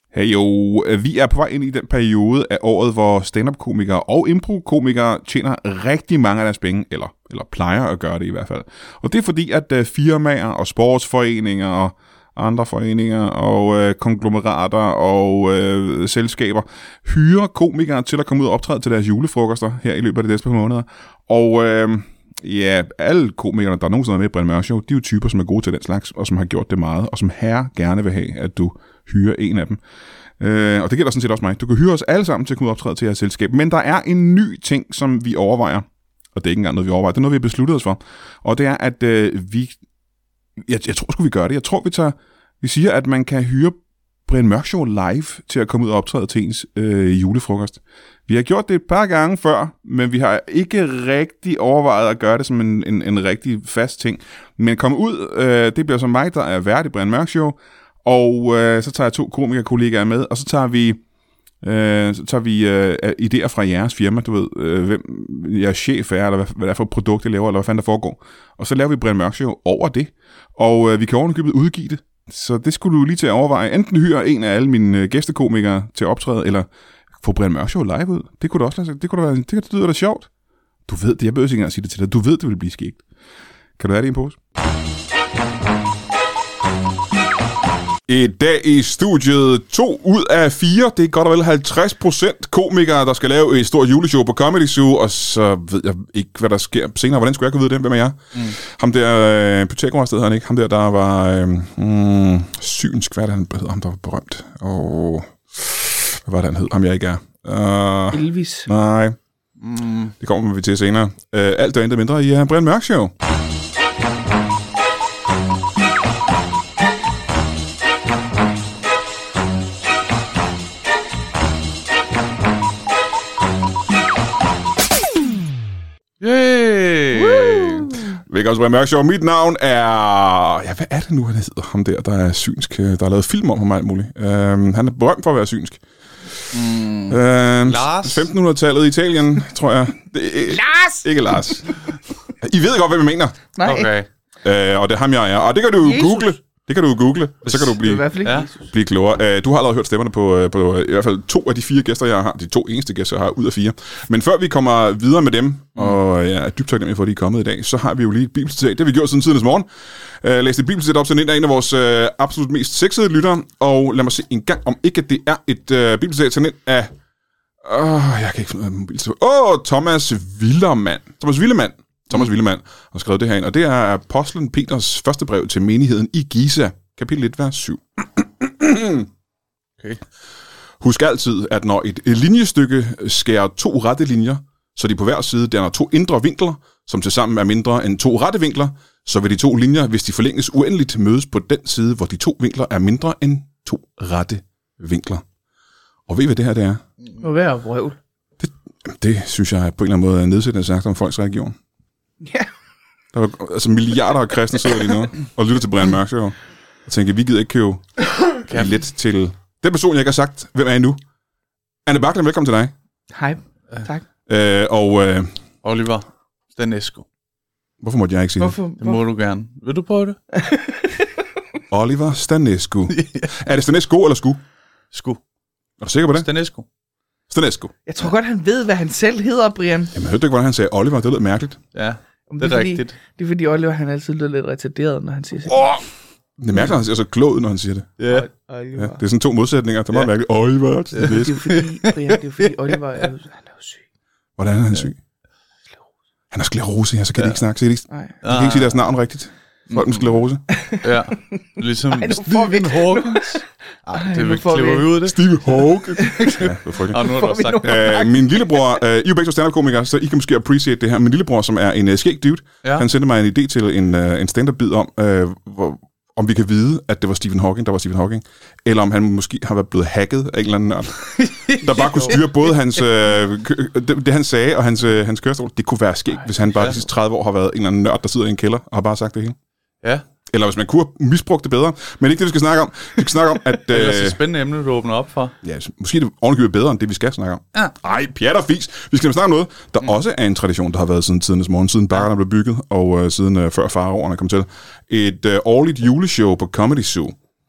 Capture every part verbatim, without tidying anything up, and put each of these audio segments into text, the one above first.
Hey jo, vi er på vej ind i den periode af året, hvor stand-up-komikere og impro-komikere tjener rigtig mange af deres penge, eller, eller plejer at gøre det i hvert fald. Og det er fordi, at uh, firmaer og sportsforeninger og andre foreninger og øh, konglomerater og øh, selskaber hyrer komikere til at komme ud og optræde til deres julefrokoster her i løbet af de næste par måneder. Og øh, ja, alle komikerne, der nogensinde er med i Brian Mørk Show, de er jo typer, som er gode til den slags, og som har gjort det meget, og som herre gerne vil have, at du hyrer en af dem. Øh, og det gælder sådan set også mig. Du kan hyre os alle sammen til at komme ud og optræde til jeres selskab. Men der er en ny ting, som vi overvejer. Og det er ikke engang noget, vi overvejer. Det er noget, vi har besluttet os for. Og det er, at øh, vi... Jeg, jeg tror sgu, vi gør det. Jeg tror, vi tager... Vi siger, at man kan hyre Brian Mørk Show live til at komme ud og optræde til ens øh, julefrokost. Vi har gjort det et par gange før, men vi har ikke rigtig overvejet at gøre det som en, en, en rigtig fast ting. Men komme ud, øh, det bliver som mig, der er vært i Brian Mørk Show, og øh, så tager jeg to komikerkollegaer med, og så tager vi, øh, så tager vi øh, idéer fra jeres firma, du ved, øh, hvem jeres chef er, eller hvad, hvad det er for et produkt, jeg laver, eller hvad fanden der foregår. Og så laver vi Brian Mørk Show over det, og øh, vi kan ovenikøbet udgive det. Så det skulle du lige til at overveje. Enten hyre en af alle mine gæstekomikere til at optræde, eller få Brian Mørk Show live ud. Det kunne da også det kunne da være, det, det lyder da sjovt. Du ved det, jeg behøver ikke engang at sige det til dig. Du ved, det vil blive skægt. Kan du have det i en pose? I dag i studiet to ud af fire. Det er godt og vel halvtreds procent komikere, der skal lave et stort juleshow på Comedy Zoo, og så ved jeg ikke, hvad der sker senere. Hvordan skulle jeg kunne vide det? Hvem er jeg? Mm. Ham der, øh, Pythagoras hedder han ikke? Ham der, der var øh, mm, synsk. Hvad er det, han hedder? Ham, der var berømt. Og hvad var det, han hed? Ham jeg ikke er. Uh, Elvis. Nej. Mm. Det kommer vi til senere. Uh, alt er intet mindre i uh, Brian Mørk Show. Velkommen til Brian Mørk Show. Mit navn er... Ja, hvad er det nu, han hedder? Ham der, der er synsk. Der er lavet film om ham alt muligt. Uh, han er berømt for at være synsk. Mm. Uh, Lars? femtenhundredetallet i Italien, tror jeg. Det er, Lars! Ikke Lars. I ved godt, hvad jeg mener. Nej. Okay. Uh, og det er ham, jeg er. Og det kan du Jesus. google. Det kan du google, så kan du blive, i hvert fald ikke ja. blive klogere. Uh, du har allerede hørt stemmerne på, uh, på uh, i hvert fald to af de fire gæster, jeg har. De to eneste gæster, jeg har ud af fire. Men før vi kommer videre med dem, mm. og jeg er dybt taknemmelig for, at de er kommet i dag, så har vi jo lige et bibelcitat. Det har vi gjort siden tidens morgen. Uh, læste et bibelcitat op, sådan en af en af vores uh, absolut mest sexede lyttere. Og lad mig se en gang, om ikke det er et uh, bibelcitat sådan en af... Åh, oh, jeg kan ikke finde ud af mobiltelefon. Åh, oh, Thomas Willermand. Thomas Willermand. Thomas mm. Willermand har skrevet det her ind, og det er apostlen Peters første brev til menigheden i Giza. Kapitel et, vers syv. Okay. Husk altid, at når et linjestykke skærer to rette linjer, så de på hver side danner to indre vinkler, som tilsammen er mindre end to rette vinkler, så vil de to linjer, hvis de forlænges uendeligt, mødes på den side, hvor de to vinkler er mindre end to rette vinkler. Og ved I, hvad det her det er? Må være vrøvl. Det, det synes jeg på en eller anden måde er nedsættende sagt om folks religion. Ja. Der var altså milliarder af kristne sidder lige nu og lytter til Brian Mørk Show. Og tænker, vi gider ikke købe billet til den person, jeg ikke har sagt, hvem er I nu? Anne Bachland, velkommen til dig. Hej, tak. Øh, og øh, Oliver Stanescu. Hvorfor måtte jeg ikke sige Hvorfor? det? Det må du gerne. Vil du prøve det? Oliver Stanescu. Er det Stanescu eller Sku? Sku. Er du sikker på det? Stanescu. Stanescu. Jeg tror godt, han ved, hvad han selv hedder, Brian. Jamen, hørte du ikke, hvordan han sagde Oliver? Det lød mærkeligt. Ja, det, det er fordi, rigtigt. Det er fordi, Oliver han altid lyder lidt retarderet, når han siger sig. Oh! Det er mærkeligt, at han siger så klog ud, når han siger det. Ja. Ja, det er sådan to modsætninger. Det er meget ja. mærkeligt. Oliver. Det er, det er fordi, Brian, det er fordi Oliver er, han er jo syg. Hvordan er han syg? Han har sklerose, ja, så kan ja. de ikke snakke. Så de, ikke, Nej. de kan ikke sige deres navn rigtigt. Folk med sklerose. Ja, ligesom Ej, Stephen Hawkins. Ej, det vil klippe vi ud af det. Stephen Hawkins. Ja, det er frygteligt. Og nu har du sagt. Uh, min lillebror, uh, I er jo begge to stand-up-komikere, så I kan måske appreciate det her. Min lillebror, som er en uh, skæg dude, ja. han sendte mig en idé til en, uh, en stand-up-bid om, uh, hvor, om vi kan vide, at det var Stephen Hawking, der var Stephen Hawking, eller om han måske har været blevet hacket af en eller anden nørd, der bare kunne styre både hans, uh, det, det, han sagde, og hans, uh, hans kørestol. Det kunne være skægt, hvis han bare de sidste tredive år har været en eller anden nørd, der sidder i en kælder, og har bare sagt det hele. Ja. Eller hvis man kunne have misbrugt det bedre. Men ikke det, vi skal snakke om. Vi skal snakke om, at... det er øh, et spændende emne, du åbner op for. Ja, måske er det ordentligt bedre, end det, vi skal snakke om. Ja. Ej, pjat og fis. Vi skal snakke om noget, der mm. også er en tradition, der har været siden tidens morgen, siden bakkerne blev bygget, og øh, siden øh, før faraoerne kom til. Et øh, årligt juleshow på Comedy Zoo.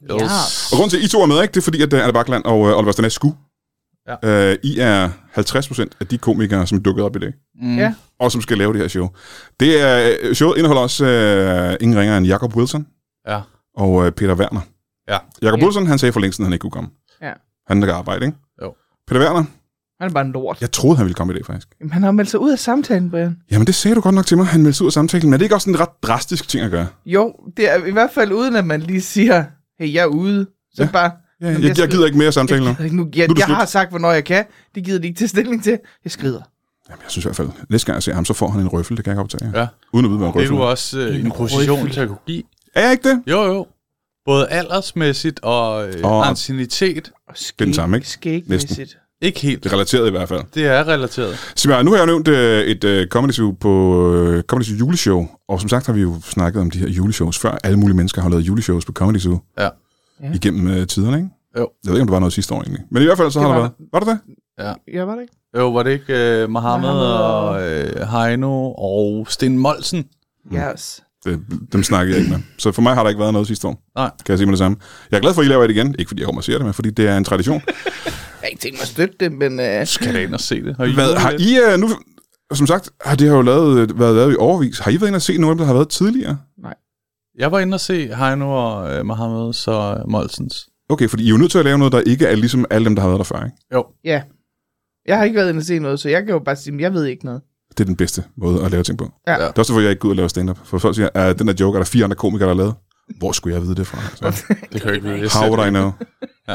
Ja. Og grunden til, at I to er med, ikke, det er fordi, at Anna Bakland og uh, Oliver Stanes skulle. Ja. Uh, I er halvtreds procent af de komikere, som dukkede op i dag. Mm. Ja. Og som skal lave det her show. Det er, showet indeholder også uh, ingen ringere end Jacob Wilson. Ja. Og uh, Peter Werner. Ja. Jacob Ja. Wilson, han sagde for længe siden, han ikke kunne komme. Ja. Han der kan arbejde, ikke? Jo. Peter Werner, Han er bare en lort. jeg troede, han ville komme i dag, faktisk. Jamen, han har meldt sig ud af samtalen, Brian. Jamen, det sagde du godt nok til mig. Han meldte sig ud af samtalen. Men er det ikke også en ret drastisk ting at gøre? Jo, det er i hvert fald uden, at man lige siger, hey, jeg er ude. Så Ja. bare... Ja, jeg, jeg, jeg gider ikke mere samtale nu. Jeg, gider ikke nu. jeg, Nu er det jeg slut. har sagt, hvornår jeg kan. Det gider de ikke til stilling til. Jeg skrider. Jamen, jeg synes i hvert fald, næste gang jeg ser ham, så får han en røffel. Det kan jeg ikke optage. Ja. Uden at vide, hvad en Det er røffel du er. også øh, En en position røffel. til at kunne give. Er jeg ikke det? Jo, jo. Både aldersmæssigt og øh, Og- anciennitet. Og skæg, Den samme, ikke? skægmæssigt. Ikke helt. Det er relateret i hvert fald. Det er relateret. Simon, nu har jeg jo nævnt øh, et øh, Comedy Zoo på øh, Comedy Zoo juleshow. Og som sagt har vi jo snakket om de her juleshows før. Alle mulige mennesker har lavet juleshows på Comedy Zoo. Ja. Ja. Igennem øh, tiderne, ikke? Jo. Jeg ved ikke, om det var noget sidste år egentlig. Men i hvert fald så Det har der var været. Var det det? Ja. Ja, var det ikke? Jo, var det ikke øh, Mohammed Mohammed og- og øh, Heino og Sten Molsen? Yes. det? Dem snakkede jeg ikke med. Så for mig har der ikke været noget sidste år. Nej. Kan jeg sige med det samme. Jeg er glad for, at I laver det igen. Ikke fordi jeg kommer og ser det, men fordi det er en tradition. Jeg har ikke tænkt mig at støtte det, men... Uh... Skal da ind og se det? Har I Hvad, været har lidt? I uh, nu... Som sagt, har det har jo lavet, været lavet i overvis. Har I været inde og se nogle af dem, der har været tidligere? Jeg var inde og se Heino og øh, Mohammed og Molsens. Okay, fordi I er jo nødt til at lave noget, der ikke er ligesom alle dem, der har været der før, ikke? Jo. Ja. Jeg har ikke været inde og se noget, så jeg kan jo bare sige, at jeg ved ikke noget. Det er den bedste måde at lave ting på. Ja. Det er også derfor, jeg ikke går ud og laver stand-up. For folk siger, at den der joke er der fire andre komikere, der har lavet. Hvor skulle jeg vide det fra? Altså, Det kan jeg ikke vide. Jeg how ser would I det. know? Ja.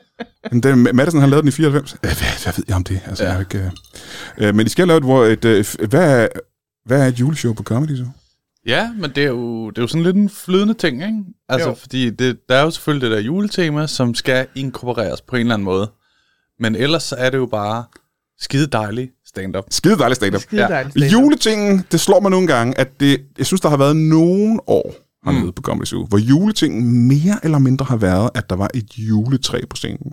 Men den, Madison, han lavede den i fireoghalvfems. Hvad, hvad ved jeg om det? Altså, Ja. jeg er ikke, øh, øh, men I skal lave et, hvor et, øh, hvad, er, hvad er et juleshow på Comedy Zoo? Ja, men det er, jo, det er jo sådan lidt en flydende ting, ikke? Altså, Jo. fordi det, der er jo selvfølgelig det der juletema, som skal inkorporeres på en eller anden måde. Men ellers så er det jo bare skide dejlig stand-up. Skide dejligt stand-up. Skide Ja. dejligt. stand-up. Juletingen, det slår mig nogle gange, at det, jeg synes, der har været nogle år hernede mm. på Comedy Zoo, hvor juletingen mere eller mindre har været, at der var et juletræ på scenen.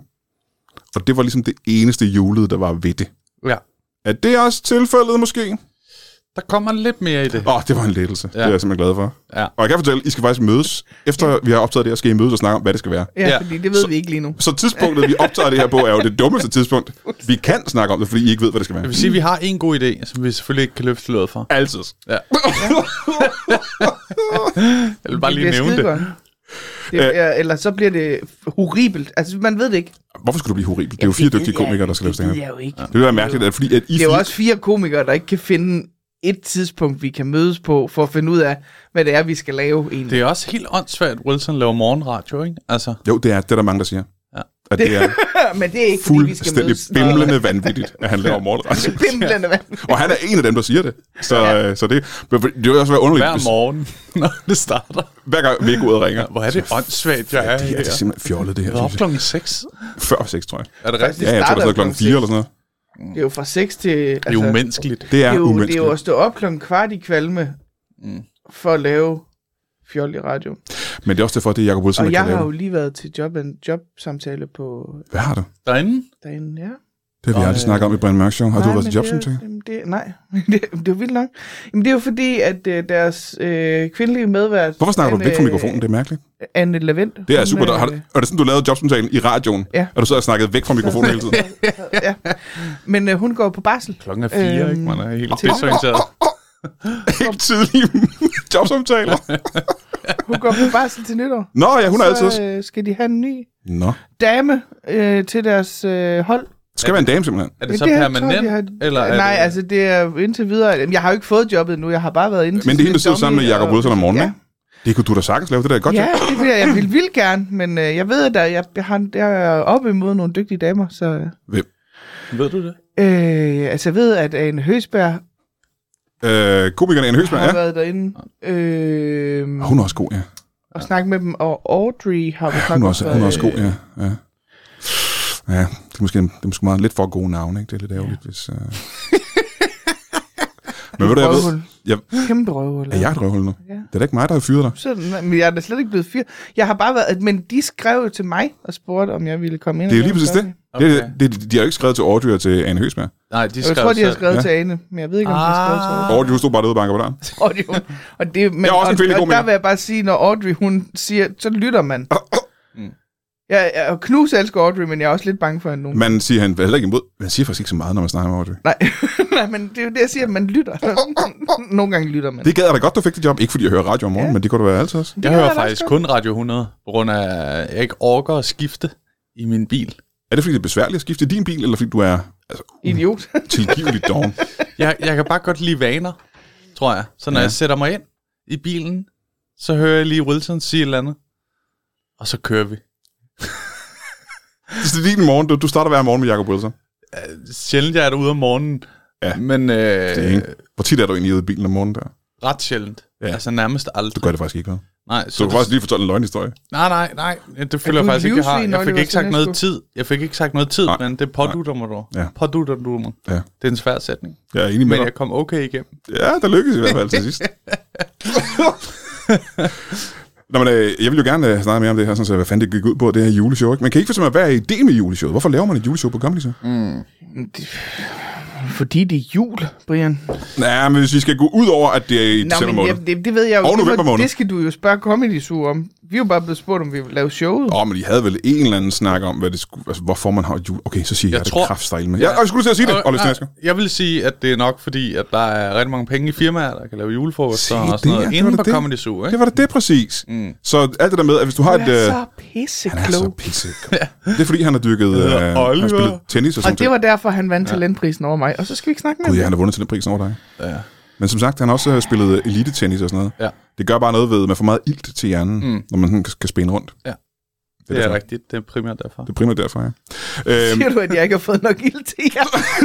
Og det var ligesom det eneste julede, der var ved det. Ja. Er det også tilfældet måske? Der kommer lidt mere i det. Åh, oh, det var en lettelse. Ja. Det er jeg simpelthen glad for. Ja. Og jeg kan fortælle, I skal faktisk mødes. Efter vi har optaget det her, skal I mødes og snakke om, hvad det skal være. Ja, Ja. fordi det ved Så- vi ikke lige nu. Så tidspunktet, vi optager det her på, er jo det dummeste tidspunkt. Vi kan snakke om det, fordi I ikke ved, hvad det skal være. Jeg vil sige, at vi har en god idé, som vi selvfølgelig ikke kan løfte sløret for. Altid. Ja. Jeg vil bare lige bliver nævne det. skidegodt. Det er, eller så bliver det horribelt. Altså, man ved det ikke. Hvorfor skulle du blive horribel? Det er jo fire dygtige komikere, der skal lave Det ved stand-up. jeg jo ikke. Det vil være mærkeligt, at fordi at I Det er jo fire... også fire komikere, der ikke kan finde et tidspunkt, vi kan mødes på, for at finde ud af, hvad det er, vi skal lave egentlig. Det er også helt åndssvagt, at Wilson laver morgenradio, ikke? Altså, Jo, det er, det er der mange, der siger. Ja. At det er Men det er ikke, fordi vi skal fuldstændig mødes. bimlende vanvittigt, at han laver morgenradio. Bimlende vand. Og han er en af dem, der siger det. Så, ja. så det, men det vil også være underligt, hver hvis, morgen, når det starter. hver gang vi går ud og ringer. Hvor er det åndssvagt, jeg er Det er, det er her. simpelthen fjollet, det her. Jeg er op Synes jeg. klokken seks. Før seks, tror jeg. Er det Faktisk, rigtigt? Ja, jeg tror, der starter står klokken klokken fire eller sådan noget. Det er jo fra seks til... Altså, Det er umenneskeligt. Det det er er, jo, det er umenneskeligt. jo at stå op klokken kvart i kvalme, Mm. for at lave fjol i radio. Men det er også derfor, det er Jacob Wilson, Og der jeg kan har lave jo det. lige været til job, en jobsamtale på Hvad har du? Derinde? derinde, ja. Det har vi Og, aldrig snakket om i Brian Mørk Show. Har du Nej, været men til jobsamtale? det er- jamen, det, nej, det, det er jo vildt nok. Jamen, det er jo fordi, at øh, deres øh, kvindelige medvært... Hvorfor snakker du Anne- væk fra mikrofonen? Det er mærkeligt. Anne Lavent. Det er hun, super. øh, Har, er det sådan, du lavede jobsamtalen i radioen? Ja. Og du så har snakket væk fra mikrofonen hele tiden? ja. Men øh, hun går på barsel. Klokken er fire, Øhm, ikke? Man er helt til- desorienteret. Helt tidlige jobsamtaler. Hun går på barsel til nytår. Nå, ja, hun er altid... Så øh, skal de have en ny Nå. dame øh, til deres øh, hold. Det skal være en dame, simpelthen. Er det Men så det har- permanent? tror jeg, de har- Eller er Nej, det... altså det er jo indtil videre. Jeg har jo ikke fået jobbet nu, jeg har bare været inde til Men det er hende, der sådan sidder en sammen med dummy, Jacob og- Wilson om morgenen, Ja, ikke? Det kunne du da sagtens lave, det der er et godt ja job. det vil jeg. Jeg vil vildt gerne, men øh, jeg ved, at der, jeg, jeg, har, jeg er oppe imod nogle dygtige damer, så... Hvem? Ved du det? Øh, altså jeg ved, at Ane Høsberg Øh, komikeren Anne Høsberg, har ja. været derinde øh, Og hun er også god, ja. og snakket med dem, og Audrey har vi Hun er også, været, hun er også god, ja. Ja, ja det, er måske, det er måske meget lidt for gode navne, ikke? Det er lidt ærgerligt, hvis... Uh... Men ved du, jeg ved... røvhul. Jeg, Kæmpe røvhul. er jeg et røvhul nu? Ja. Det er da ikke mig, der har fyret dig. Så, men jeg er da slet ikke blevet fyret. Jeg har bare været... Men de skrev jo til mig og spurgte, om jeg ville komme ind. Det er jo og lige lave præcis en det. Okay. det, det de, de har jo ikke skrevet til Audrey og til Anne Høsberg. Nej, de Jeg skrev tror, de har selv. skrevet Ja. ja. til Ane, men jeg ved ikke, om de har skrevet til Audrey. Audrey, hun stod bare derude og banker på døren. Audrey, hun, og det, men, Jeg er også en og, kvindelig og komiker. der vil jeg bare sige, når Audrey, hun siger, så lytter man. Mm. Jeg, jeg knuser elsker Audrey, men jeg er også lidt bange for hende nu. Man siger han heller ikke imod. Man siger faktisk ikke så meget, når man snakker med Audrey. Nej, Nej men det er jo det, jeg siger, at man lytter. Nogle gange lytter man. Det gad jeg da godt, du fik det job. Ikke fordi jeg hører radio om morgenen, ja. Men det kunne du være altid også. Jeg hører faktisk kun Radio hundrede, på grund af, at jeg ikke orker at skifte i min bil. Er det fordi, det er besværligt at skifte din bil, eller fordi du er altså, idiot? Tilgiveligt doven. jeg, jeg kan bare godt lide vaner, tror jeg. Så når ja. jeg sætter mig ind i bilen, så hører jeg lige Wilson sige et eller andet, og så kører vi. Det er din morgen. Du, du starter hver morgen med Jacob Wilson. Uh, sjældent jeg er derude om morgenen. Ja, men, uh, det er hvor tit er du egentlig ude i bilen om morgenen der? Ret sjældent. Ja. Altså nærmest aldrig. Du gør det faktisk ikke, noget. Nej. Så, så du kan faktisk lige fortælle en løgnhistorie. Nej, nej, nej. Det føler jeg faktisk ikke, jeg har. Jeg fik ikke sagt noget tid. Jeg fik ikke sagt noget tid, nej, men det pådutter mig dog. Ja. Pådutter du mig. Ja. Det er en svær sætning. Jeg er enig med Men dig. jeg kom okay igennem. Ja, der lykkedes i hvert fald til sidst. Nå, men, øh, jeg vil jo gerne snakke mere om det her, sådan, så hvad fanden det gik ud på, det her juleshow. Ikke? Men kan I ikke forstå mig, hvad er ideen med juleshowet? Hvorfor laver man et juleshow på Comedy Zoo? Mm. Fordi det er jul, Brian. Nej, men hvis vi skal gå ud over, at det er i december måned. Ja, det, det ved jeg jo. Og november måned. Det skal du jo spørge Comedy Zoo om. Vi er jo bare blevet spurgt, om vi vil lave showet. Åh, oh, men de havde vel en eller anden snak om, hvad det skulle, altså, hvorfor man har jul. Okay, så siger jeg, jeg tror, det kraftstejl med. Ja, jeg skulle til at sige det, Olle Stenersker. Jeg vil sige, at det er nok fordi, at der er rigtig mange penge i firmaer, der kan lave julefrokoster og sådan noget, ja, inden på det. Comedy Zoo. Ikke? Det var det, det præcis. Mm. Så alt det der med, at hvis du har et... Han er så pisseklog. Han er så pisseklog. Det er fordi, han har dyrket... Øh, han har spillet tennis og sådan Og det var derfor, han vandt ja. talentprisen over mig. Og så skal vi ikke snakke med Gud, ja, han har vundet talentprisen over dig. Ja. Men som sagt, han har også spillet elite-tennis og sådan noget. Ja. Det gør bare noget ved, at man får meget ilt til hjernen, mm. når man kan, kan spænde rundt. Ja. Det, det er, er rigtigt. Det er primært derfor. Det er primært derfor, ja. Siger øhm, du, at jeg ikke har fået nok ild til jer?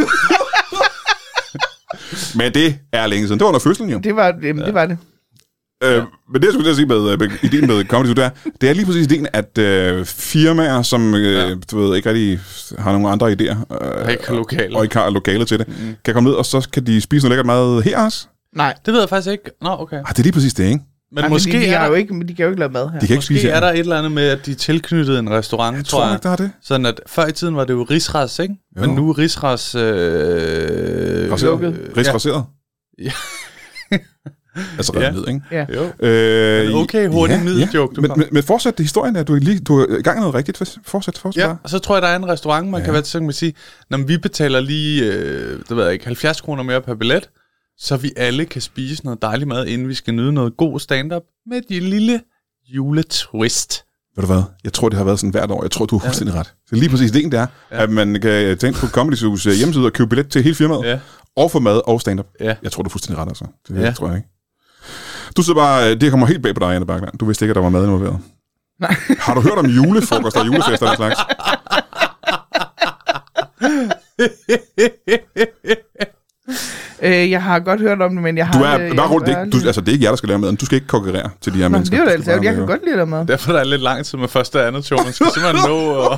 Men det er længe siden. Det var under fødslen, jo. Det var, jamen, ja. det, var det. Øh, ja. Men det, jeg skulle sige med, med ideen med Comedy Zoo, det er, det er lige præcis ideen, at øh, firmaer, som øh, ja. du ved, ikke rigtig har nogle andre idéer, øh, ikke har lokaler. og ikke har lokaler til det, mm. kan komme ned, og så kan de spise noget lækkert mad her også. Nej. Det ved jeg faktisk ikke. Nå, okay. Ah, det er lige præcis det, ikke? Men Ej, måske de, de, er har der... jo ikke, de kan jo ikke lave mad her. De kan måske ikke spise er der et eller andet med, at de er tilknyttet en restaurant, jeg tror jeg. jeg. Ikke, der er det. Sådan at før i tiden var det jo risras, ikke? Jo. Men nu er risras... Øh... Risraseret? Ja. Altså reddet ja. ned, ikke? Ja. Jo. Øh, men okay, hurtigt ja, middeljoke, ja. Men, men, men fortsæt det historien, at du, lige, du er i gang med noget rigtigt. Fortsæt, fortsæt. Ja, og så tror jeg, der er en restaurant, man ja. kan være til, så kan man sige, når vi betaler lige, øh, det ved jeg ikke, halvfjerds kroner mere per billet, så vi alle kan spise noget dejlig mad, inden vi skal nyde noget god stand-up med de lille juletwist. Ved du hvad? Jeg tror, det har været sådan hvert år. Jeg tror, du har fuldstændig ja. ret. Så lige præcis det, det er, ja. at man kan tænke på Comedy Zoo's hjemmeside og købe billet til hele firmaet, ja. og få mad og stand-up. Ja. Jeg tror, du er fuldstændig ret, altså. Det ja. tror jeg ikke. Du sidder bare, det kommer helt bag på dig, Anne Bergland. Du vidste ikke, at der var mad involveret. Nej. Har du hørt om julefrokoster og julefester og slags? øh, jeg har godt hørt om det, men jeg har... Du er bare roligt, det, du, altså det er ikke jer, der skal lave maden. Du skal ikke konkurrere til de her Nå, mennesker. det er jo det, jeg, jeg kan godt lide at mad. Derfor er der lidt lang tid med første og andet show. Man skal simpelthen nå og...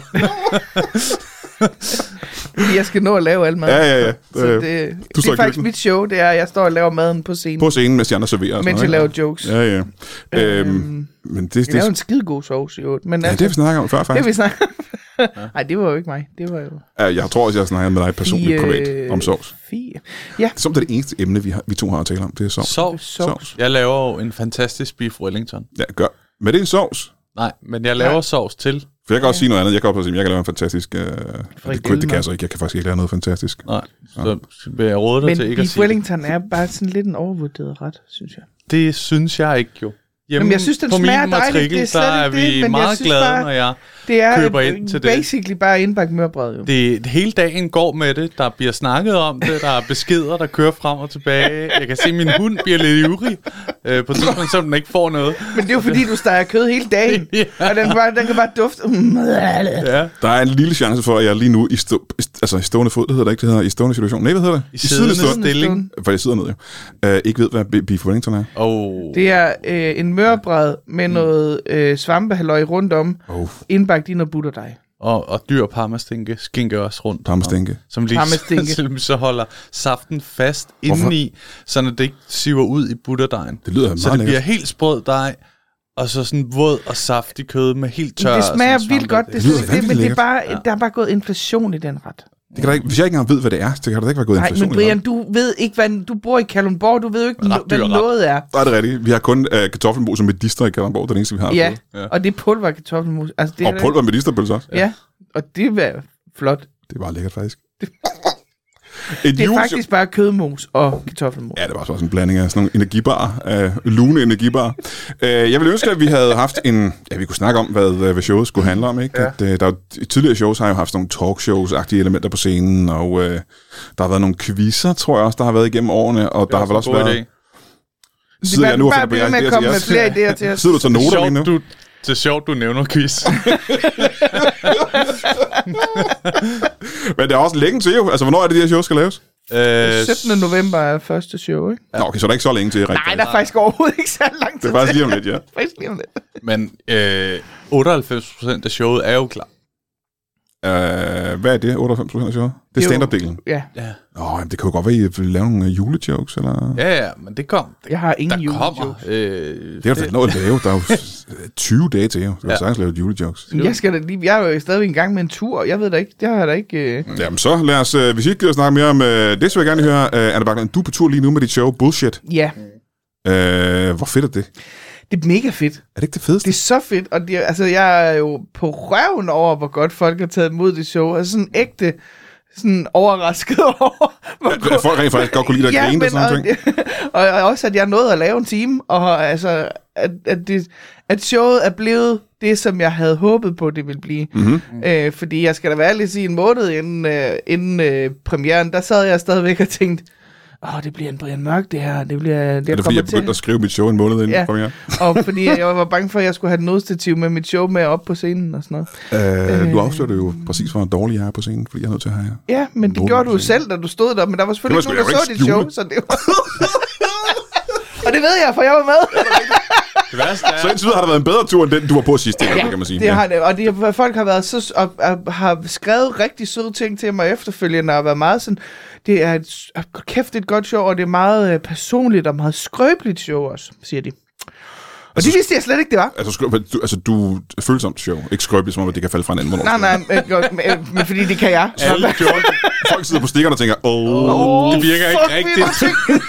Jeg skal nå at lave al mad. Ja, ja, ja. Så det, det er faktisk mit show, det er, at jeg står og laver maden på scenen. På scenen, mens de andre serverer. Mens jeg laver jokes. Ja, ja. Øhm, øhm, men det, det, det er jo en skidegod sovs, jo. Men ja, altså, det vi snakker om før, faktisk. Det vi snakker om. Nej, det var jo ikke mig. Det var jo... Ja, jeg tror også, jeg snakker med dig personligt privat om sovs. Fie. Ja. Som det er det eneste emne, vi, har, vi to har at tale om, det er sovs. Sovs. sovs. Jeg laver jo en fantastisk beef Wellington. Ja, gør. Men det er en sovs. Nej, men jeg laver ja. sovs til. For jeg kan også sige noget andet. Jeg kan også sige, jeg kan lave en fantastisk... Uh, det, det kan jeg så ikke. Jeg kan faktisk ikke lave noget fantastisk. Nej, så ja. vil jeg råde dig men til ikke at sige Men beef Wellington er bare sådan lidt en overvurderet ret, synes jeg. Det synes jeg ikke, jo. Hjemme Jamen, jeg synes, den på smager min matrikel, dejligt. Det er der er vi det, meget glade, bare, når jeg det er køber ind til det. Det er basically bare indbagt mørbrød, jo. Det, hele dagen går med det. Der bliver snakket om det. Der er beskeder, der kører frem og tilbage. Jeg kan se, at min hund bliver lidt ivrig. Øh, på et tidspunkt, så den ikke får noget. Men det er jo fordi, du steger kød hele dagen. Ja. Og den, bare, den kan bare dufte. Ja. Der er en lille chance for, at jeg lige nu i, stå, altså i stående fod, det hedder det ikke, det hedder i stående situation. Nej, hvad hedder det? I, I siddende stilling. For jeg sidder ned, jo. Uh, ikke ved, hvad beef Wellington er. Oh. Det er øh, en mørbrød med mm. noget øh, svampehalløj rundt om, oh. indbagt i noget butterdej. Og, og dyr parmastinke, skinke også rundt. Parmastinke. Som lige så, så holder saften fast indeni, så det ikke siver ud i butterdejen. Det lyder meget Så det lækkert. bliver helt sprød dej, og så sådan våd og saftig kød med helt tør. Det smager vildt godt, det, det, det, det, men det er bare, ja. der er bare gået inflation i den ret. Det kan da ikke, hvis jeg ikke engang ved, hvad det er, så kan der ikke være gået Nej, inflation. men Brian, du ved ikke, hvad... Du bor i Kalundborg, du ved jo ikke, hvad noget er. Nej, det er rigtigt. Vi har kun uh, kartoffelmos og medister i Kalundborg, det er det eneste, vi har. Ja, ja. Og det er pulver kartoffelmos. Altså, det og pulver med medisterpølse også. Ja, og det er flot. Det er bare lækkert, faktisk. Det er faktisk bare kødmos og kartoffelmos. Ja, det var også sådan en blanding af sådan nogle energibarer, uh, lune energibarer. Uh, jeg ville ønske, at vi havde haft en... Ja, vi kunne snakke om, hvad, hvad showet skulle handle om, ikke? Ja. At, uh, der er, tidligere shows har jo haft nogle talkshows-agtige elementer på scenen, og uh, der har været nogle quizzer, tror jeg også, der har været igennem årene, og der har vel også været... Idé. Sidder jeg nu og finder på med at komme med flere idéer til os. Sidder du til noter lige nu? Du, det er sjovt, du nævner quiz. Men det er også længe til jo. Altså, hvornår er det, de her shows skal laves? Øh, syttende november er første show, ikke? Nå, okay, så er der ikke så længe til. Rigtig. Nej, der er faktisk overhovedet ikke så lang tid. Det er faktisk lige om lidt, ja. faktisk lige om lidt. Men øh, otteoghalvfems procent af showet er jo klar. Uh, hvad er det, otteoghalvfems procent af showet? Det er stand-up-delen? Ja. Åh, oh, det kan jo godt være, at I vil lave nogle julejokes, eller? Ja, ja, men det kom. Jeg har ingen julejokes. Øh, det er jo noget at lave. Der er jo tyve dage til, jo. Du kan ja. sagtens lave julejokes. Jeg skal da lige... Jeg er jo stadigvæg i gang med en tur. Jeg ved da ikke. Det har jeg da ikke... Uh... Jamen så lad os... Uh, hvis I ikke gider snakke mere om uh, det, så vil jeg gerne høre, uh, Anna Bachland, du er på tur lige nu med dit show Bullshit. Ja. Uh, hvor fedt er det? Det er mega fedt. Er det ikke det fedeste? Det er så fedt, og det, altså, jeg er jo på røven over, hvor godt folk har taget imod det show. Altså sådan ægte, sådan overrasket over, hvor ja, folk rent faktisk godt kunne lide at ja, grine og sådan noget. Og, og også, at jeg nåede at lave en time, og altså, at, at, det, at showet er blevet det, som jeg havde håbet på, det ville blive. Mm-hmm. Øh, fordi jeg skal da være ærlig at sige, en måned inden, øh, inden øh, premieren, der sad jeg stadigvæk og tænkte, åh, oh, det bliver en Brian Mørk, det her. Det bliver, det er det, fordi jeg begyndte at skrive mit show en måned inden ja. premiere? Og fordi jeg var bange for, at jeg skulle have et nødstativ med mit show med op på scenen og sådan noget. Øh, øh, du afslørte jo præcis, hvor dårlig jeg er på scenen, fordi jeg er nødt til at have jer. Ja, men det gjorde du selv, da du stod der, men der var selvfølgelig ikke nogen, der så dit show, så det var... Og det ved jeg, for jeg var med. Det værste er... Så indtil videre har der været en bedre tur, end den, du var på sidste gang, ja, kan man sige. det har det, og det, folk har været så... Og, og, har skrevet rigtig søde ting til mig efterfølgende, og har været meget sådan... Det er et, kæft et godt show, og det er meget øh, personligt og meget skrøbeligt show også, siger de. Og altså, det vidste jeg slet ikke, det var. Altså, du, altså, du er følsomt show. Ikke skrøbeligt, som om det kan falde fra en anden. Nej, nej, men, men, men fordi det kan jeg. Alle folk sidder på stikkerne og tænker, åh, oh, det virker ikke rigtigt.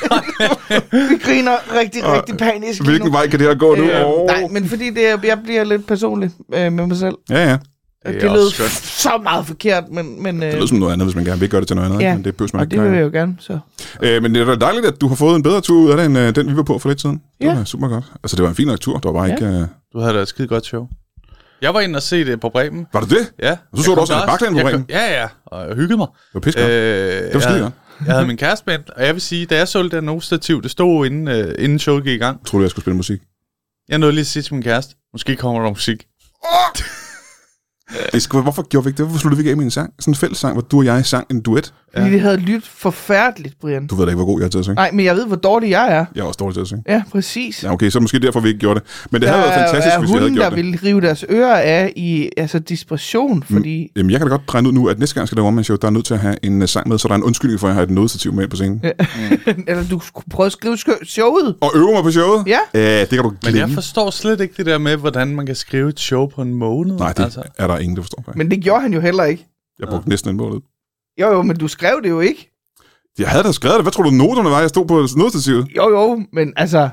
Vi griner rigtig, rigtig panisk. Hvilken vej kan det her gå nu? Øh, oh. Nej, men fordi det, jeg bliver lidt personlig øh, med mig selv. Ja, ja. Det, det lød så meget forkert, men... men det lyder som noget andet, hvis man gerne vil gøre det til noget andet, ja, men det behøver man ikke. Ja, det vil jeg jo gerne, så... Øh, men det er dejligt, at du har fået en bedre tur ud af det, end uh, den, vi var på for lidt siden. Ja. Det var super godt. Altså, det var en fin nok tur, der var bare ja. ikke... Uh... Du havde da et skide godt show. Jeg var inde og se det på Bremen. Var det det? Ja. Og så så du også en Bachland på Bremen? Ja, ja, og jeg hyggede mig. Det var pisse godt. Øh, det var skide godt. Jeg havde min kæreste med, og jeg vil sige, da jeg så det der no-stativ, det stod inden, uh, inden showet gik i gang. Tror du, jeg skulle spille musik? Jeg nåede lige at sige til min kæreste, måske kommer der musik. Oh! Det skulle, hvorfor gjorde vi ikke det? Hvorfor sluttede vi ikke af med en sang? Sådan en fælles sang, hvor du og jeg sang en duet. Fordi ja. det havde lyttet forfærdeligt, Brian. Du ved da ikke, hvor god jeg er til at synge. Nej, men jeg ved, hvor dårlig jeg er. Jeg er også dårlig til at synge. Ja, præcis. Ja, okay, så måske derfor, vi ikke gjorde det. Men det der havde været fantastisk, er hvis vi havde gjort der det. Der ville rive deres ører af i altså, desperation, fordi... Mm, jamen, jeg kan da godt regne ud nu, at næste gang skal der være show, der er nødt til at have en uh, sang med, så der er en undskyldning for, at jeg har et nødstativ med på scenen. Mm. Eller du skulle prøve at skrive showet. Og øve mig på showet? Ja. Æh, det kan du glemme. Men jeg forstår slet ikke det der med, hvordan man kan skrive et show på en måned. Nej, det altså. er der ingen, der forstår. Men det gjorde han jo heller ikke. Jeg brugte ja. næsten en måned. Jo, jo, men du skrev det jo ikke. Jeg havde da skrevet det. Hvad tror du, noterne var, jeg stod på nødstativet? Jo, jo, men altså...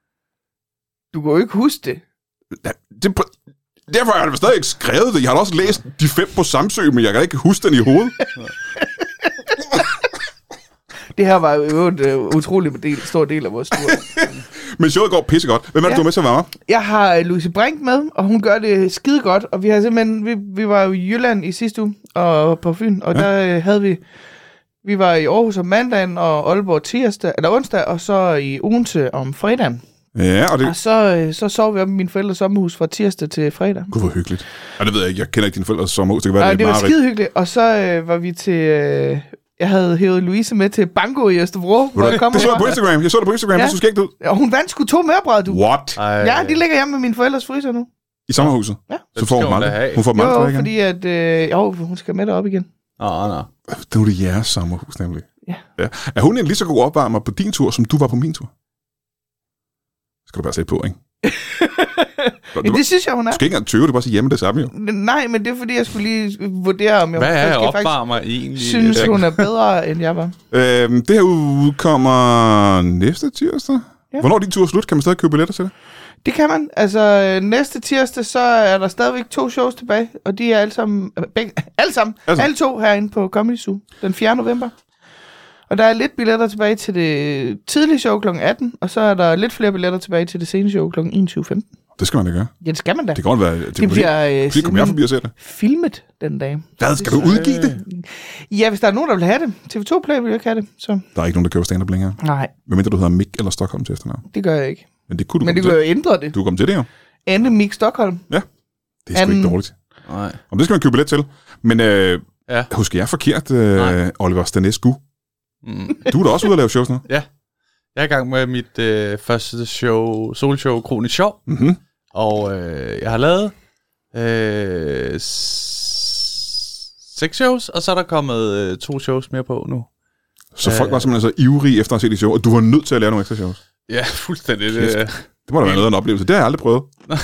Du kan jo ikke huske det. Ja, det derfor har jeg stadig ikke skrevet det. Jeg har også læst de fem på Samsø, men jeg kan ikke huske den i hovedet. Det her var jo en uh, utrolig del, stor del af vores tur. Men showet går pissegodt. Hvem er det, ja. du er med til at være? Jeg har Louise Brink med, og hun gør det skide godt. Og vi har simpelthen, vi, vi var jo i Jylland i sidste uge, og på Fyn, og ja. der uh, havde vi, vi var i Aarhus om mandagen, og Aalborg tirsdag, eller onsdag, og så i Odense om fredagen. Ja, og det... Og så, så sov vi op i min forældres sommerhus fra tirsdag til fredag. Gud, hvor hyggeligt. Ja, det ved jeg ikke. Jeg kender ikke dine forældres sommerhus. Det kan være, ja, det, det var skide hyggeligt. Og så øh, var vi til... Øh, jeg havde hævet Louise med til Bango i Østerbro. Hvor jeg, jeg så det på Instagram. Jeg så det på Instagram. Ja. Det så skægt ud. Og hun vandt sgu to mørbrød, du. What? Ej. Ja, de ligger hjemme med mine forældres fryser nu. I sommerhuset? Ja. Så får hun meget. Hun får meget jo, igen. fordi at... Øh, jo, hun skal med derop igen. Åh, oh, nej. Det var det jeres sommerhus, nemlig. Ja. ja. Er hun en lige så god opvarmer på din tur, som du var på min tur? Skal du bare se på, ikke? ja, det synes jeg, hun er. Du skal ikke engang tøve, det er bare sige hjemme det samme jo. Nej, men det er fordi, jeg skulle lige vurdere, om jeg Hvad er måske opvarmer egentlig? synes, hun er bedre, end jeg var. Øhm, det her udkommer næste tirsdag. Ja. Hvornår er din tur slut? Kan man stadig købe billetter til det? Det kan man. Altså, næste tirsdag, så er der stadigvæk to shows tilbage, og de er alle sammen, begge, alle sammen, altså. alle to herinde på Comedy Zoo, den fjerde november. Og der er lidt billetter tilbage til det tidlige show klokken atten, og så er der lidt flere billetter tilbage til det sene show klokken enogtyve femten. Det skal man da gøre. Ja, det skal man da. Det kan godt være... Det, det bliver øh, fordi, kommer jeg forbi og ser det? Filmet den dag. Hvad? Skal du udgive det? Ja, hvis der er nogen, der vil have det. T V to Play vil jo ikke have det. Så. Der er ikke nogen, der køber stand-up længere? Nej. Hvad mindre du hedder Mick eller Stockholm til efternavn? Det gør jeg ikke. Men det kunne du Men det kunne jo ændre det. Du kommer til det jo. Ende Mick Stockholm. Ja. Det er sgu ikke dårligt. Nej. Om det skal man købe billet til. Men øh, ja. husker jeg forkert, øh, Oliver Stanescu? Mm. Du er da også ude at lave shows nu? Ja. Jeg er i gang med mit øh, første show, solshow, Kronisk Sjov. Mm-hmm. Og øh, jeg har lavet øh, s- seks shows, og så er der kommet øh, to shows mere på nu. Så folk var simpelthen så ivrige efter at se de show, og du var nødt til at lave nogle ekstra shows? Ja, fuldstændig. Det, det må da være noget af en oplevelse. Det har jeg aldrig prøvet.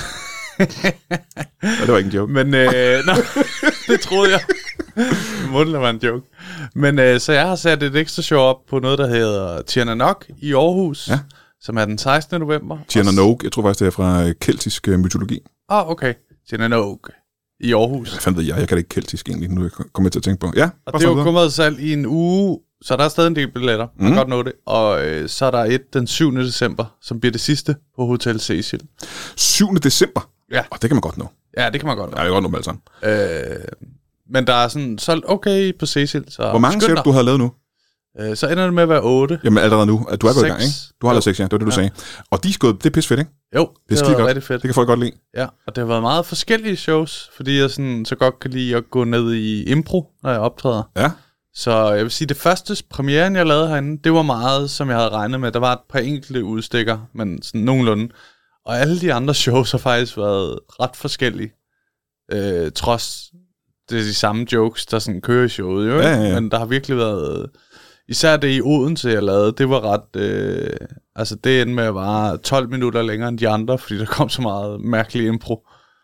Ja, det var ikke en joke. Men øh, nej, det troede jeg. Det må det være en joke. Men øh, så jeg har sat et ekstra show op på noget, der hedder Tierna Nok i Aarhus, ja. Som er den sekstende november. Tierna Nok, jeg tror faktisk, det er fra keltisk mytologi. Ah, okay. Tierna Nok i Aarhus. Hvad fanden ved jeg? Jeg kan det ikke keltisk egentlig, nu jeg kommer til at tænke på. Ja, og det er jo kommet salg i en uge, så der er stadig en del billetter. Man kan godt nå det. Og øh, så er der et den syvende december, som bliver det sidste på Hotel Cecil. syvende december? Ja. Og det kan man godt nå. Ja, det kan man godt nå. Ja, det kan godt nå med alle sammen. Øh, men der er sådan solgt okay på Cecil. Så hvor mange ser du, du har lavet nu? Øh, så ender det med at være otte. Jamen allerede nu. Du er gået i gang, ikke? Du har lavet seks, ja. Det var det, du ja. sagde. Og de er skået, det er pis fedt, ikke? Jo, det, det har været været rigtig fedt. Det kan folk godt lide. Ja, og det har været meget forskellige shows, fordi jeg sådan, så godt kan lide at gå ned i impro, når jeg optræder. Ja. Så jeg vil sige, det første premieren, jeg lavede herinde, det var meget, som jeg havde regnet med. Der var et par enkelte udstikker, men sådan nogenlunde. Og alle de andre shows har faktisk været ret forskellige. Øh, trods det er de samme jokes, der sådan kører i showet, jo. Ja, ja, ja. Men der har virkelig været... Især det i Odense, jeg lavede, det var ret... Øh, altså, det endte med at vare tolv minutter længere end de andre, fordi der kom så meget mærkelig impro.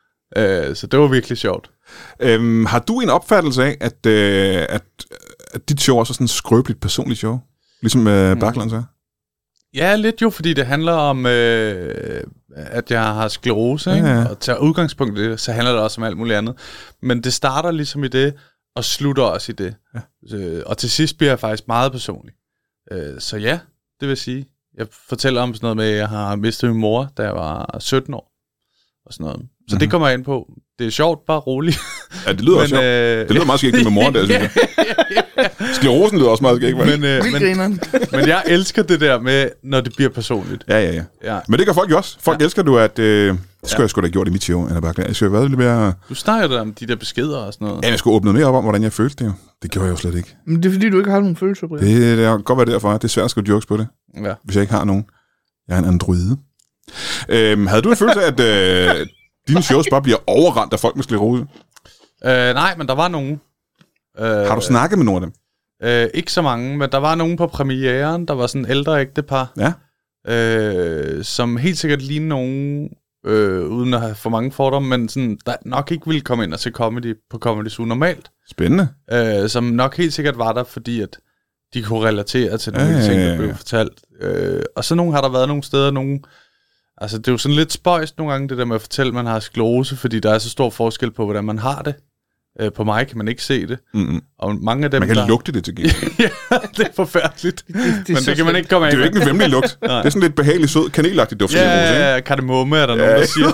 Øh, så det var virkelig sjovt. Øhm, har du en opfattelse af, at, øh, at, at dit show også er sådan et skrøbeligt personligt show? Ligesom øh, Berglands er? Ja, lidt jo, fordi det handler om, øh, at jeg har sklerose, ikke? Ja, ja. Og tager udgangspunkt i det, så handler det også om alt muligt andet. Men det starter ligesom i det, og slutter også i det. Ja. Øh, og til sidst bliver jeg faktisk meget personlig. Øh, så ja, det vil sige. Jeg fortæller om sådan noget med, at jeg har mistet min mor, da jeg var sytten år. Og sådan noget. Så mm-hmm. det kommer jeg ind på. Det er sjovt, bare roligt. Ja, det lyder men, også sjovt. Øh... Det lyder meget skægt med moren der, synes jeg. Sklerosen lyder også meget skægt. Men, øh, men, men jeg elsker det der med, når det bliver personligt. Ja, ja, ja. ja. Men det gør folk jo også. Folk ja. elsker du, at... Øh, det skulle ja. jeg sgu da have gjort i mit show, Anna Bergland. Jeg skulle have været lidt mere... Du snakker da om de der beskeder og sådan noget. Ja, jeg skulle åbne mere op om, hvordan jeg følte det jo. Det gjorde jeg jo slet ikke. Men det er fordi, du ikke har nogen følelser, Brian. Det, det kan godt være derfor. Det er svært at skrive jokes på det. Ja. Hvis jeg ikke har nogen. Jeg er en androide. Øhm, havde du en følelse af, at øh, dine shows bare bliver overrendt af folk med sklerose? Øh, nej, men der var nogen. Øh, har du snakket med nogen af dem? Øh, ikke så mange, men der var nogen på premieren, der var sådan en ældre ægtepar, ja. øh, som helt sikkert lignede nogen, øh, uden at have for mange fordomme, men sådan, der nok ikke ville komme ind og se comedy på Comedy Zoo normalt. Spændende. Øh, som nok helt sikkert var der, fordi at de kunne relatere til nogle ja, ting, der blev fortalt. Øh, og så nogle har der været nogle steder, nogle... Altså, det er jo sådan lidt spøjst nogle gange, det der med at fortælle, at man har sklerose, fordi der er så stor forskel på, hvordan man har det. Øh, på mig kan man ikke se det. Mm-hmm. Og mange af dem, man kan der... lugte det til gengæld. Ja, det er forfærdeligt. Det, det, det men det kan man ikke komme af. Det er jo ikke en vemmelig lugt. Det er sådan lidt behagelig sød, kanelagtig duft. Ja, ja, ja, kardemomme er der ja. nogen, der siger.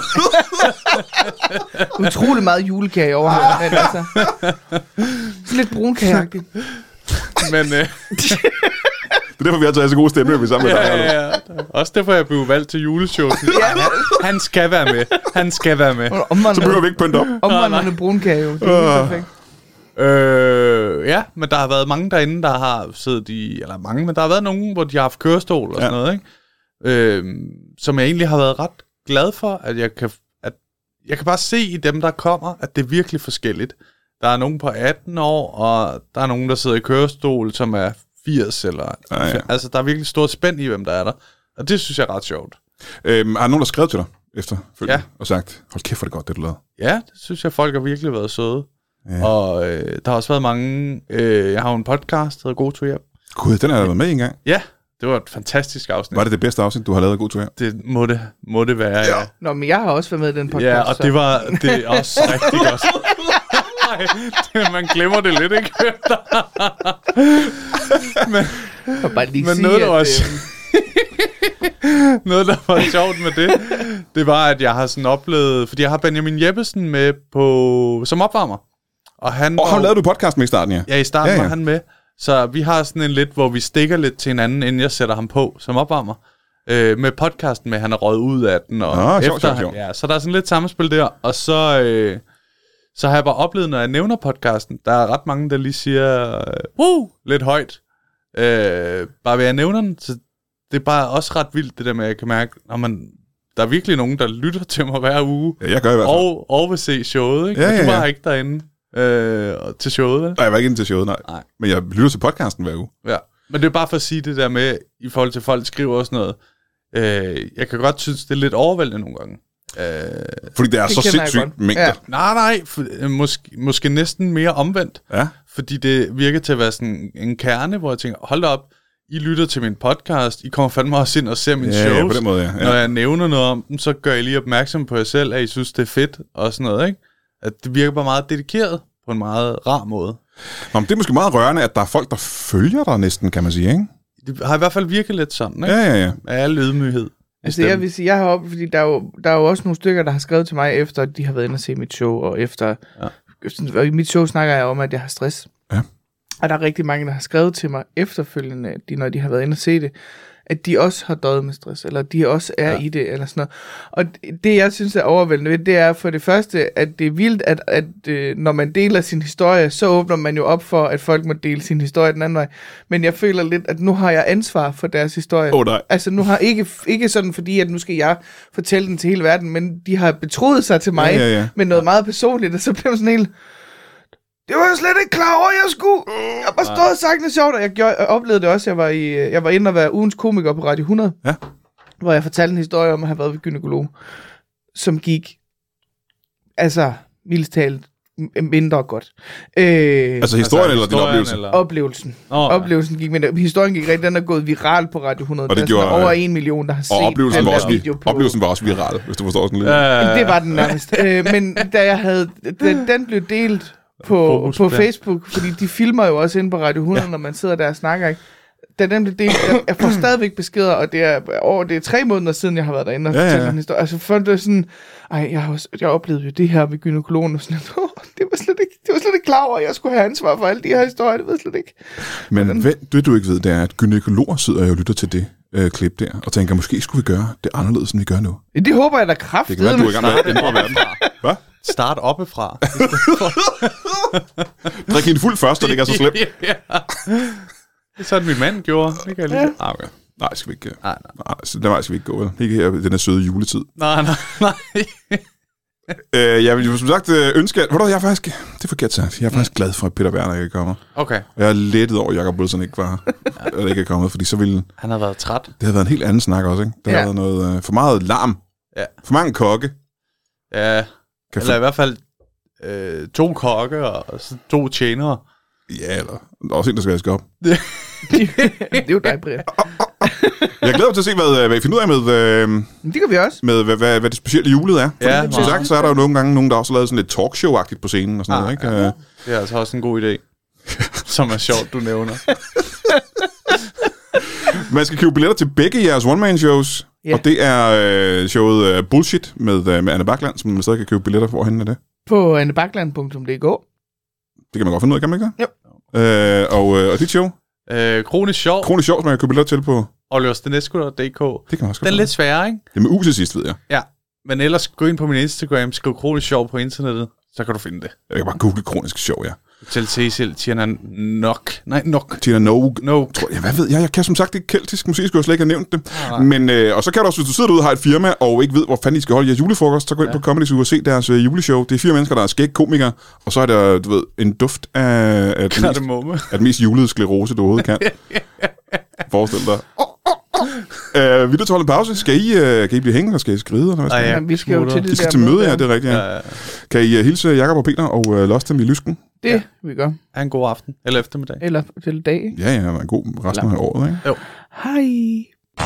Utrolig meget julekage over her. Men altså, sådan lidt brunkageagtigt. Men... Øh... Det er derfor, vi har taget så god stemme, vi sammen med ja, dig. Ja, ja. Også derfor, jeg blev valgt til juleshow. Ja. Han skal være med. Han skal være med. Så behøver vi ikke pynte op. Omvandrende brunkage, jo. Det er uh. perfekt. Øh, ja, men der har været mange derinde, der har siddet i... Eller mange, men der har været nogen, hvor de har haft kørestol og ja. sådan noget, ikke? Øh, som jeg egentlig har været ret glad for, at jeg kan... At jeg kan bare se i dem, der kommer, at det er virkelig forskelligt. Der er nogen på atten år, og der er nogen, der sidder i kørestol, som er firs eller... Ja, ja. Altså, der er virkelig stort spænd i, hvem der er der. Og det synes jeg er ret sjovt. Øhm, har nogen, der skrevet til dig efterfølgende Ja. og sagt, hold kæft, hvor er det godt, det du lavede. Ja, det synes jeg, folk har virkelig været søde. Ja. Og øh, der har også været mange... Øh, jeg har jo en podcast, der hedder God to Hjem. Gud, den har jeg været med en gang. Ja, det var et fantastisk afsnit. Var det det bedste afsnit, du har lavet af God to Hjem? Det må det, må det være, ja. Nå, men jeg har også været med i den podcast. Ja, og så. det var det er også rigtig godt. Nej, det, man glemmer det lidt, ikke? men Jeg vil bare lige men sige, noget, der at, var, øh, noget, der var sjovt med det, det var, at jeg har sådan oplevet... Fordi jeg har Benjamin Jeppesen med på, som opvarmer. Og han, Og han lavede du podcast med i starten, ja? Ja, i starten Ja, ja. var han med. Så vi har sådan en lidt, hvor vi stikker lidt til hinanden, inden jeg sætter ham på som opvarmer. Øh, med podcasten med, han er røget ud af den. Og Ah, efter, sjovt, sjovt, sjovt. Ja, så der er sådan lidt samspil der. Og så, øh, så har jeg bare oplevet, når jeg nævner podcasten, der er ret mange, der lige siger, uh, lidt højt. Øh, bare ved at nævne den. Så det er bare også ret vildt, det der med, at jeg kan mærke, når man, der er virkelig nogen, der lytter til mig hver uge. Ja, jeg gør i hvert fald. Og, og vil se showet, ikke? Ja, Og ja, du var ja. ikke derinde øh, til showet, vel? Nej, jeg var ikke inde til showet, nej. Nej. Men jeg lytter til podcasten hver uge. Ja, men det er bare for at sige det der med, i forhold til folk skriver også noget. Øh, jeg kan godt synes, det er lidt overvældende nogle gange. Øh, Fordi det er Det så kender jeg sindssygt godt. mængder. Ja. nej, nej, for, øh, måske, måske næsten mere omvendt. Ja. Fordi det virker til at være sådan en kerne, hvor jeg tænker, hold da op, I lytter til min podcast, I kommer fandme også ind og ser mine Ja, shows. ja, på den måde, ja. Ja. Når jeg nævner noget om dem, så gør I lige opmærksom på jer selv, at I synes, det er fedt og sådan noget, ikke? At det virker bare meget dedikeret på en meget rar måde. Nå, men det er måske meget rørende, at der er folk, der følger dig næsten, kan man sige, ikke? Det har i hvert fald virket lidt sådan, ikke? Ja, ja, ja. Af al ydmyghed. Altså jeg vil sige, jeg har op, fordi der er, jo, der er jo også nogle stykker, der har skrevet til mig, efter at de har været inde og se mit show, og efter... Ja. I mit show snakker jeg om, at jeg har stress. Ja. Og der er rigtig mange, der har skrevet til mig efterfølgende, de, når de har været inde og se det, at de også har døjet med stress, eller de også er ja. i det, eller sådan noget. Og det, jeg synes er overvældende ved, det er for det første, at det er vildt, at, at øh, når man deler sin historie, så åbner man jo op for, at folk må dele sin historie den anden vej. Men jeg føler lidt, at nu har jeg ansvar for deres historie. Åh, nej. Altså nu har ikke, ikke sådan, fordi at nu skal jeg fortælle den til hele verden, men de har betroet sig til mig Ja, ja, ja. med noget meget personligt, og så bliver man sådan helt... Det var jeg slet ikke klar over, jeg skulle. Jeg har bare stået og sagt noget sjovt, og jeg, gjorde, jeg oplevede det også. Jeg var, i, jeg var inde og være ugens komiker på Radio hundrede, Ja. hvor jeg fortalte en historie om at have været ved gynekolog, som gik, altså, mildest talt, m- mindre godt. Øh, Altså historien eller din historien, oplevelse? eller- oplevelsen. Nå, ja. Oplevelsen gik, men historien gik rigtig, den er gået viral på Radio hundrede. Og det Der er sådan gjorde, over øh, en million, der har set Og oplevelsen den var, der også, video på. oplevelsen var også viral, hvis du forstår sådan lidt. Øh, Det var den nærmest. øh, men da jeg havde, den, den blev delt på, Fokus på på- Facebook, fordi de filmer jo også inde på Radio hundrede, ja. når man sidder der og snakker, ikke? Da den blev delt, jeg, jeg får stadigvæk beskeder, og det er over det er tre måneder siden, jeg har været derinde og Ja, ja, fortalt ja. en historie. Altså folk det er sådan, ej, jeg, har også, jeg oplevede jo det her ved gynekologen, og sådan, oh, det var slet ikke, det var slet ikke klar over, at jeg skulle have ansvar for alle de her historier, det ved jeg slet ikke. Men hvad, det du ikke ved, det er, at gynækologer sidder jo og lytter til det øh, klip der, og tænker, måske skulle vi gøre det anderledes, end vi gør nu. Det håber jeg da Det kan kraftedeme. være, at du er i gang med at ændre verden. Hvad? Start oppefra. Drik hende fuld først, og det ikke er så slemt. Ja. Det er sådan, min mand gjorde. Det kan jeg lige. Ah, okay. Nej, skal vi ikke. Nej, nej. Nej, så den vej skal vi ikke gå, vel? Ikke her i den her søde juletid. Nej, nej, nej. Øh, jeg vil jo som sagt øh, ønske, at... Ved du, jeg er faktisk... Det er forkert sagt. Jeg er faktisk glad for, at Peter Werner ikke kommer. Okay. Jeg er lettet over, at Jacob Wilson ikke var... eller ikke er kommet, fordi så ville... Han har været træt. Det havde været en helt anden snak også, ikke? Der Ja. havde været noget... Øh, for meget larm. Ja. For mange kokke. Ja. Kan Eller i hvert fald øh, to kokke og så to tjenere. Ja, eller der er også en, der skal vaske op. Det er jo dig, Brian. Jeg glæder mig til at se, hvad, hvad I finder ud af med, øh, Men det kan vi også. med hvad, hvad, hvad det specielle julet er. Ja, Som meget. sagt, så er der jo nogle gange nogen, der også har lavet sådan lidt talkshow-agtigt på scenen og sådan Ah, noget, ikke? ja. Øh, Det er altså også en god idé. Som er sjovt, du nævner. Man skal købe billetter til begge jeres one-man-shows. Ja. Og det er øh, showet uh, Bullshit med, uh, med Anne Bakland, som man stadig kan købe billetter for. Hvorhenne er det? På annebakland punktum d k. Det kan man godt finde ud af, kan man ikke det? Jo. Øh, og, øh, og dit show, Øh, Kronisk Sjov. Kronisk Sjov, som man kan købe billetter til på... Oliver Stenesco punktum d k. Det kan man også Den er godt lidt sværere, ikke? Det er med U til sidst, ved jeg. Ja. Men ellers gå ind på min Instagram, skriv Kronisk Sjov på internettet, så kan du finde det. Jeg kan bare google Kronisk Sjov, ja. Til Cecil Tierna Nok. Nej, Nok. Tina Nogue. Nok. Tror, ja, hvad ved jeg? Jeg kan som sagt ikke keltisk musik, skulle jeg slet ikke have nævnt det. Nej. Men, øh, og så kan du også, hvis du sidder derude og har et firma, og ikke ved, hvor fanden I skal holde jeres julefrokost, så gå ind ja. på Comedy Zoo og se deres øh, juleshow. Det er fire mennesker, der er skægkomikere, og så er der, du ved, en duft af, af, den, mest, Kardemomme. af den mest julede sklerose, du overhovedet kan. Forestil dig. Uh, vil du tage en pause? Skal I, uh, kan I blive hængende, og skal I skride? Eller hvad skal Ej, I? Ja, vi skal jo til det I skal der til møde, møde, ja, det er rigtigt. Ja. Ja, ja. Kan I uh, hilse Jakob og Peter og uh, losse dem i lysken? Det ja. vi gør. Ha' en god aften. Eller eftermiddag. Eller til dag. Ikke? Ja, ja, en god resten af året, ikke? Jo. Hej.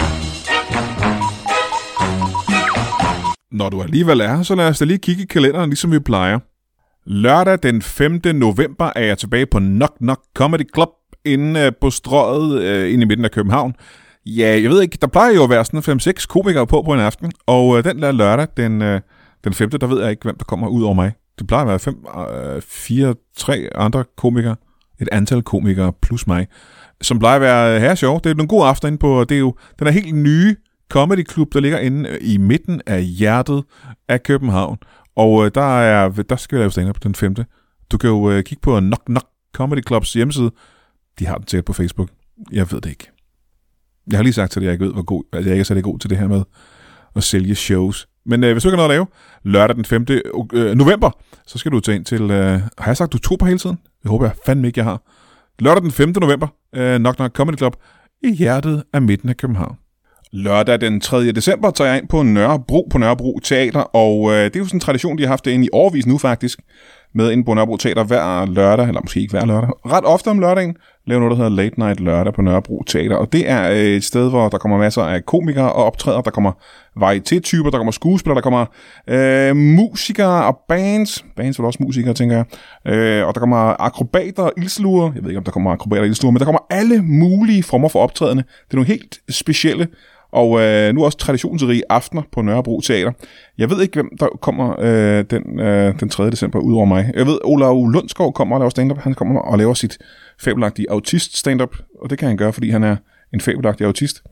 Når du alligevel er, så lad os da lige kigge i kalenderen, ligesom vi plejer. Lørdag den femte november er jeg tilbage på Knock Knock Comedy Club inde uh, på Strøget uh, inde i midten af København. Ja, jeg ved ikke, der plejer jo at være sådan fem seks komikere på på en aften, og uh, den der lørdag, den, uh, den femte, der ved jeg ikke, hvem der kommer ud over mig. Det plejer at være fem, uh, fire, tre andre komikere, et antal komikere plus mig, som plejer at være her sjov. Det er nogle gode aftener inde på, det er jo den er helt nye comedy club, der ligger inde i midten af hjertet af København. Og uh, der, er, der skal vi lave stand-up den femte. Du kan jo uh, kigge på Knock Knock Comedy Clubs hjemmeside. De har den til på Facebook. Jeg ved det ikke. Jeg har lige sagt til dig, at jeg ikke ved, hvor god, altså jeg ikke er særlig god til det her med at sælge shows. Men øh, hvis du ikke har noget at lave, lørdag den femte november, så skal du tage ind til... Øh, har jeg sagt, du tog på hele tiden? Jeg håber jeg fandme ikke, jeg har. Lørdag den femte november, øh, Knock Knock Comedy Club, i hjertet af midten af København. Lørdag den tredje december tager jeg ind på Nørrebro, på Nørrebro Teater, og øh, det er jo sådan en tradition, de har haft det inde i årevis nu faktisk, med inde på Nørrebro Teater hver lørdag, eller måske ikke hver lørdag, ret ofte om lørdagen, laver noget, der hedder Late Night Lørdag på Nørrebro Teater, og det er et sted, hvor der kommer masser af komikere og optræder, der kommer varieté-typer, der kommer skuespillere, der kommer øh, musikere og bands, bands er også musikere, tænker jeg, øh, og der kommer akrobater og ildsluer, jeg ved ikke, om der kommer akrobater og ildsluer, men der kommer alle mulige former for optrædende, det er nogle helt specielle, og øh, nu også traditionsrige aftener på Nørrebro Teater. Jeg ved ikke, hvem der kommer øh, den, øh, den tredje december ud over mig. Jeg ved, Olav Lundskov kommer og laver stand-up. Han kommer og laver sit fabelagtige autist-stand-up, og det kan han gøre, fordi han er en fabelagtig autist.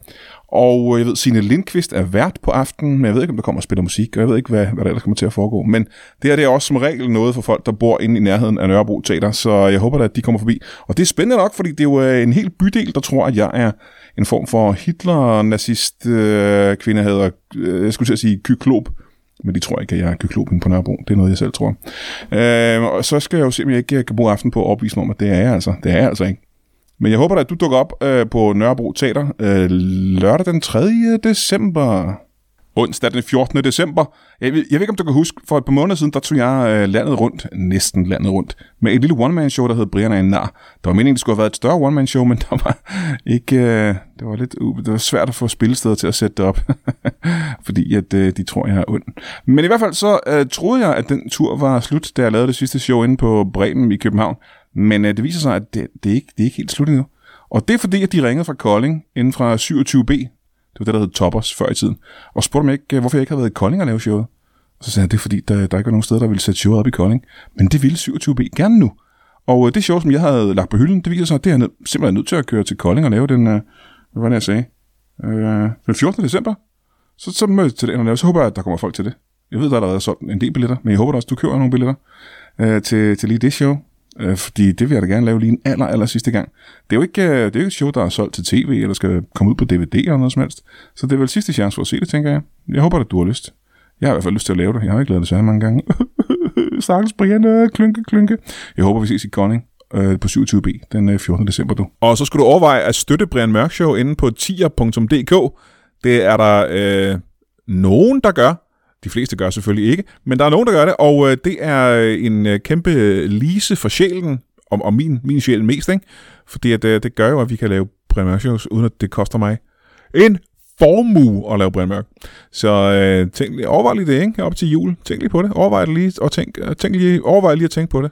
Og jeg ved, Signe Lindqvist er vært på aftenen, men jeg ved ikke, om der kommer og spiller musik, og jeg ved ikke, hvad, hvad der ellers kommer til at foregå. Men det her det er også som regel noget for folk, der bor inde i nærheden af Nørrebro Teater, så jeg håber da, at de kommer forbi. Og det er spændende nok, fordi det er jo en hel bydel, der tror, at jeg er en form for Hitler-nazist øh, kvindehader, øh, jeg skulle til at sige kyklop, men de tror ikke, at jeg er kyklopen på Nørrebro. Det er noget, jeg selv tror. Øh, og så skal jeg jo se, om jeg ikke kan bruge aften på at opvise mig om, at det er jeg altså. Det er jeg altså ikke. Men jeg håber da, at du dukker op øh, på Nørrebro Teater øh, lørdag den tredje december. Onsdag den fjortende december. Jeg ved, jeg ved ikke, om du kan huske, for et par måneder siden, der tog jeg øh, landet rundt, næsten landet rundt, med et lille one-man-show, der hed Brian er en nar. Der var meningen, det skulle have været et større one-man-show, men der var ikke, øh, det var lidt uh, det var svært at få spillesteder til at sætte det op, fordi at øh, de tror, jeg er ond. Men i hvert fald så øh, troede jeg, at den tur var slut, da jeg lavede det sidste show inde på Bremen i København. Men øh, det viser sig, at det, det, er ikke, det er ikke helt slut endnu. Og det er fordi, at de ringede fra Kolding inden fra syvogtyve B. Det var det, der hed Toppers før i tiden. Og spurgte mig ikke, hvorfor jeg ikke havde været i Kolding og lave showet. Og så sagde jeg, det er fordi, der, der ikke var nogen steder, der ville sætte showet op i Kolding. Men det ville syvogtyve B gerne nu. Og øh, det show, som jeg havde lagt på hylden, det viser sig, at det er nød, simpelthen nødt til at køre til Kolding og lave den, øh, hvad var det, jeg sagde, øh, den fjortende december. Så, så mødte jeg til den og lave. Så håber jeg, at der kommer folk til det. Jeg ved, der er allerede solgt en del billetter, men jeg håber da også, at du køber nogle billetter øh, til, til lige det show. Øh, fordi det vil jeg da gerne lave lige en aller, aller sidste gang. Det er jo ikke, øh, det er jo ikke et show, der er solgt til tv, eller skal komme ud på D V D eller noget som helst. Så det er vel sidste chance for at se det, tænker jeg. Jeg håber, at du har lyst. Jeg har i hvert fald lyst til at lave det. Jeg har ikke lavet det så mange gange. Stakkels Brian, øh, klynke, klynke. Jeg håber, vi ses i Kolding øh, på syvogtyve B den øh, fjortende december, du. Og så skulle du overveje at støtte Brian Mørk Show inde på tier punktum d k. Det er der øh, nogen, der gør. De fleste gør selvfølgelig ikke, men der er nogen, der gør det, og øh, det er en øh, kæmpe lise for sjælen, og, og min, min sjæl mest, ikke? Fordi at, øh, det gør jo, at vi kan lave Brian Mørk Shows, uden at det koster mig en formue at lave Brian Mørk. Så øh, tænk lige, overvej lige det, ikke? Op til jul. Tænk lige på det. Overvej det lige, og tænk, tænk lige, overvej lige at tænke på det.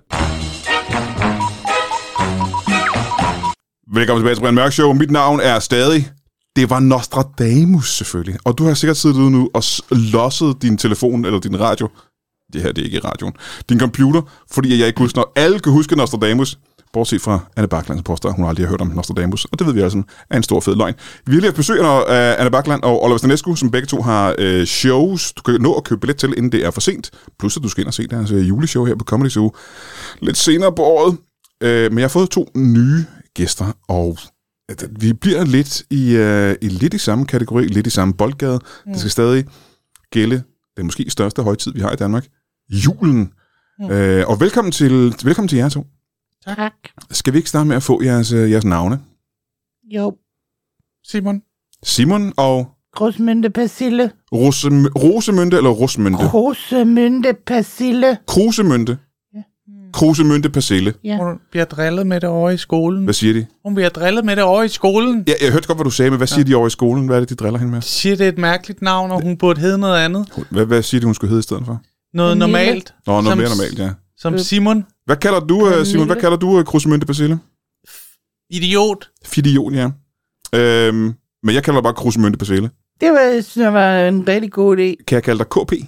Velkommen tilbage til Brian Mørk Show. Mit navn er stadig... Det var Nostradamus, selvfølgelig. Og du har sikkert siddet ude nu og losset din telefon eller din radio. Det her, det er ikke radioen. Din computer, fordi jeg ikke husker, når alle kan huske Nostradamus, bortset fra Anne Bakland, som påstår, hun aldrig har hørt om Nostradamus. Og det ved vi altså er en stor fed løgn. Vi har lige haft besøg af Anne Bakland og Oliver Stanescu, som begge to har øh, shows, du kan nå at købe billet til, inden det er for sent. Plus at du skal ind og se deres øh, juleshow her på Comedy Zoo lidt senere på året. Øh, men jeg har fået to nye gæster, og vi bliver lidt i, uh, i lidt i samme kategori, lidt i samme boldgade. Mm. Det skal stadig gælde den måske største højtid, vi har i Danmark. Julen. Mm. Uh, og velkommen til, velkommen til jer to. Tak. Skal vi ikke starte med at få jeres, jeres navne? Jo. Simon. Simon og... Rosemünde persille. Rose, rosemynte eller rosmynte? Rosemünde persille. Krusemynte. Ja. Krusemynte persille. Ja. Hun bliver drillet med det over i skolen. Hvad siger de? Hun bliver drillet med det over i skolen. Ja, jeg hørte godt, hvad du sagde, men hvad siger ja. de over i skolen? Hvad er det, de driller hende med? Siger, det er et mærkeligt navn, og hun burde hedde noget andet. Hvad, hvad siger de, hun skulle hedde i stedet for? Noget Pernille. normalt. Nå, noget som, mere normalt, ja. Som Simon. Hvad kalder du, Pernille. Simon, hvad kalder du Krusemynte persille? Idiot. Fidiot, ja. Øhm, men jeg kalder dig bare Krusemynte persille. Det var, synes jeg var en rigtig god idé. Kan jeg kalde dig K P?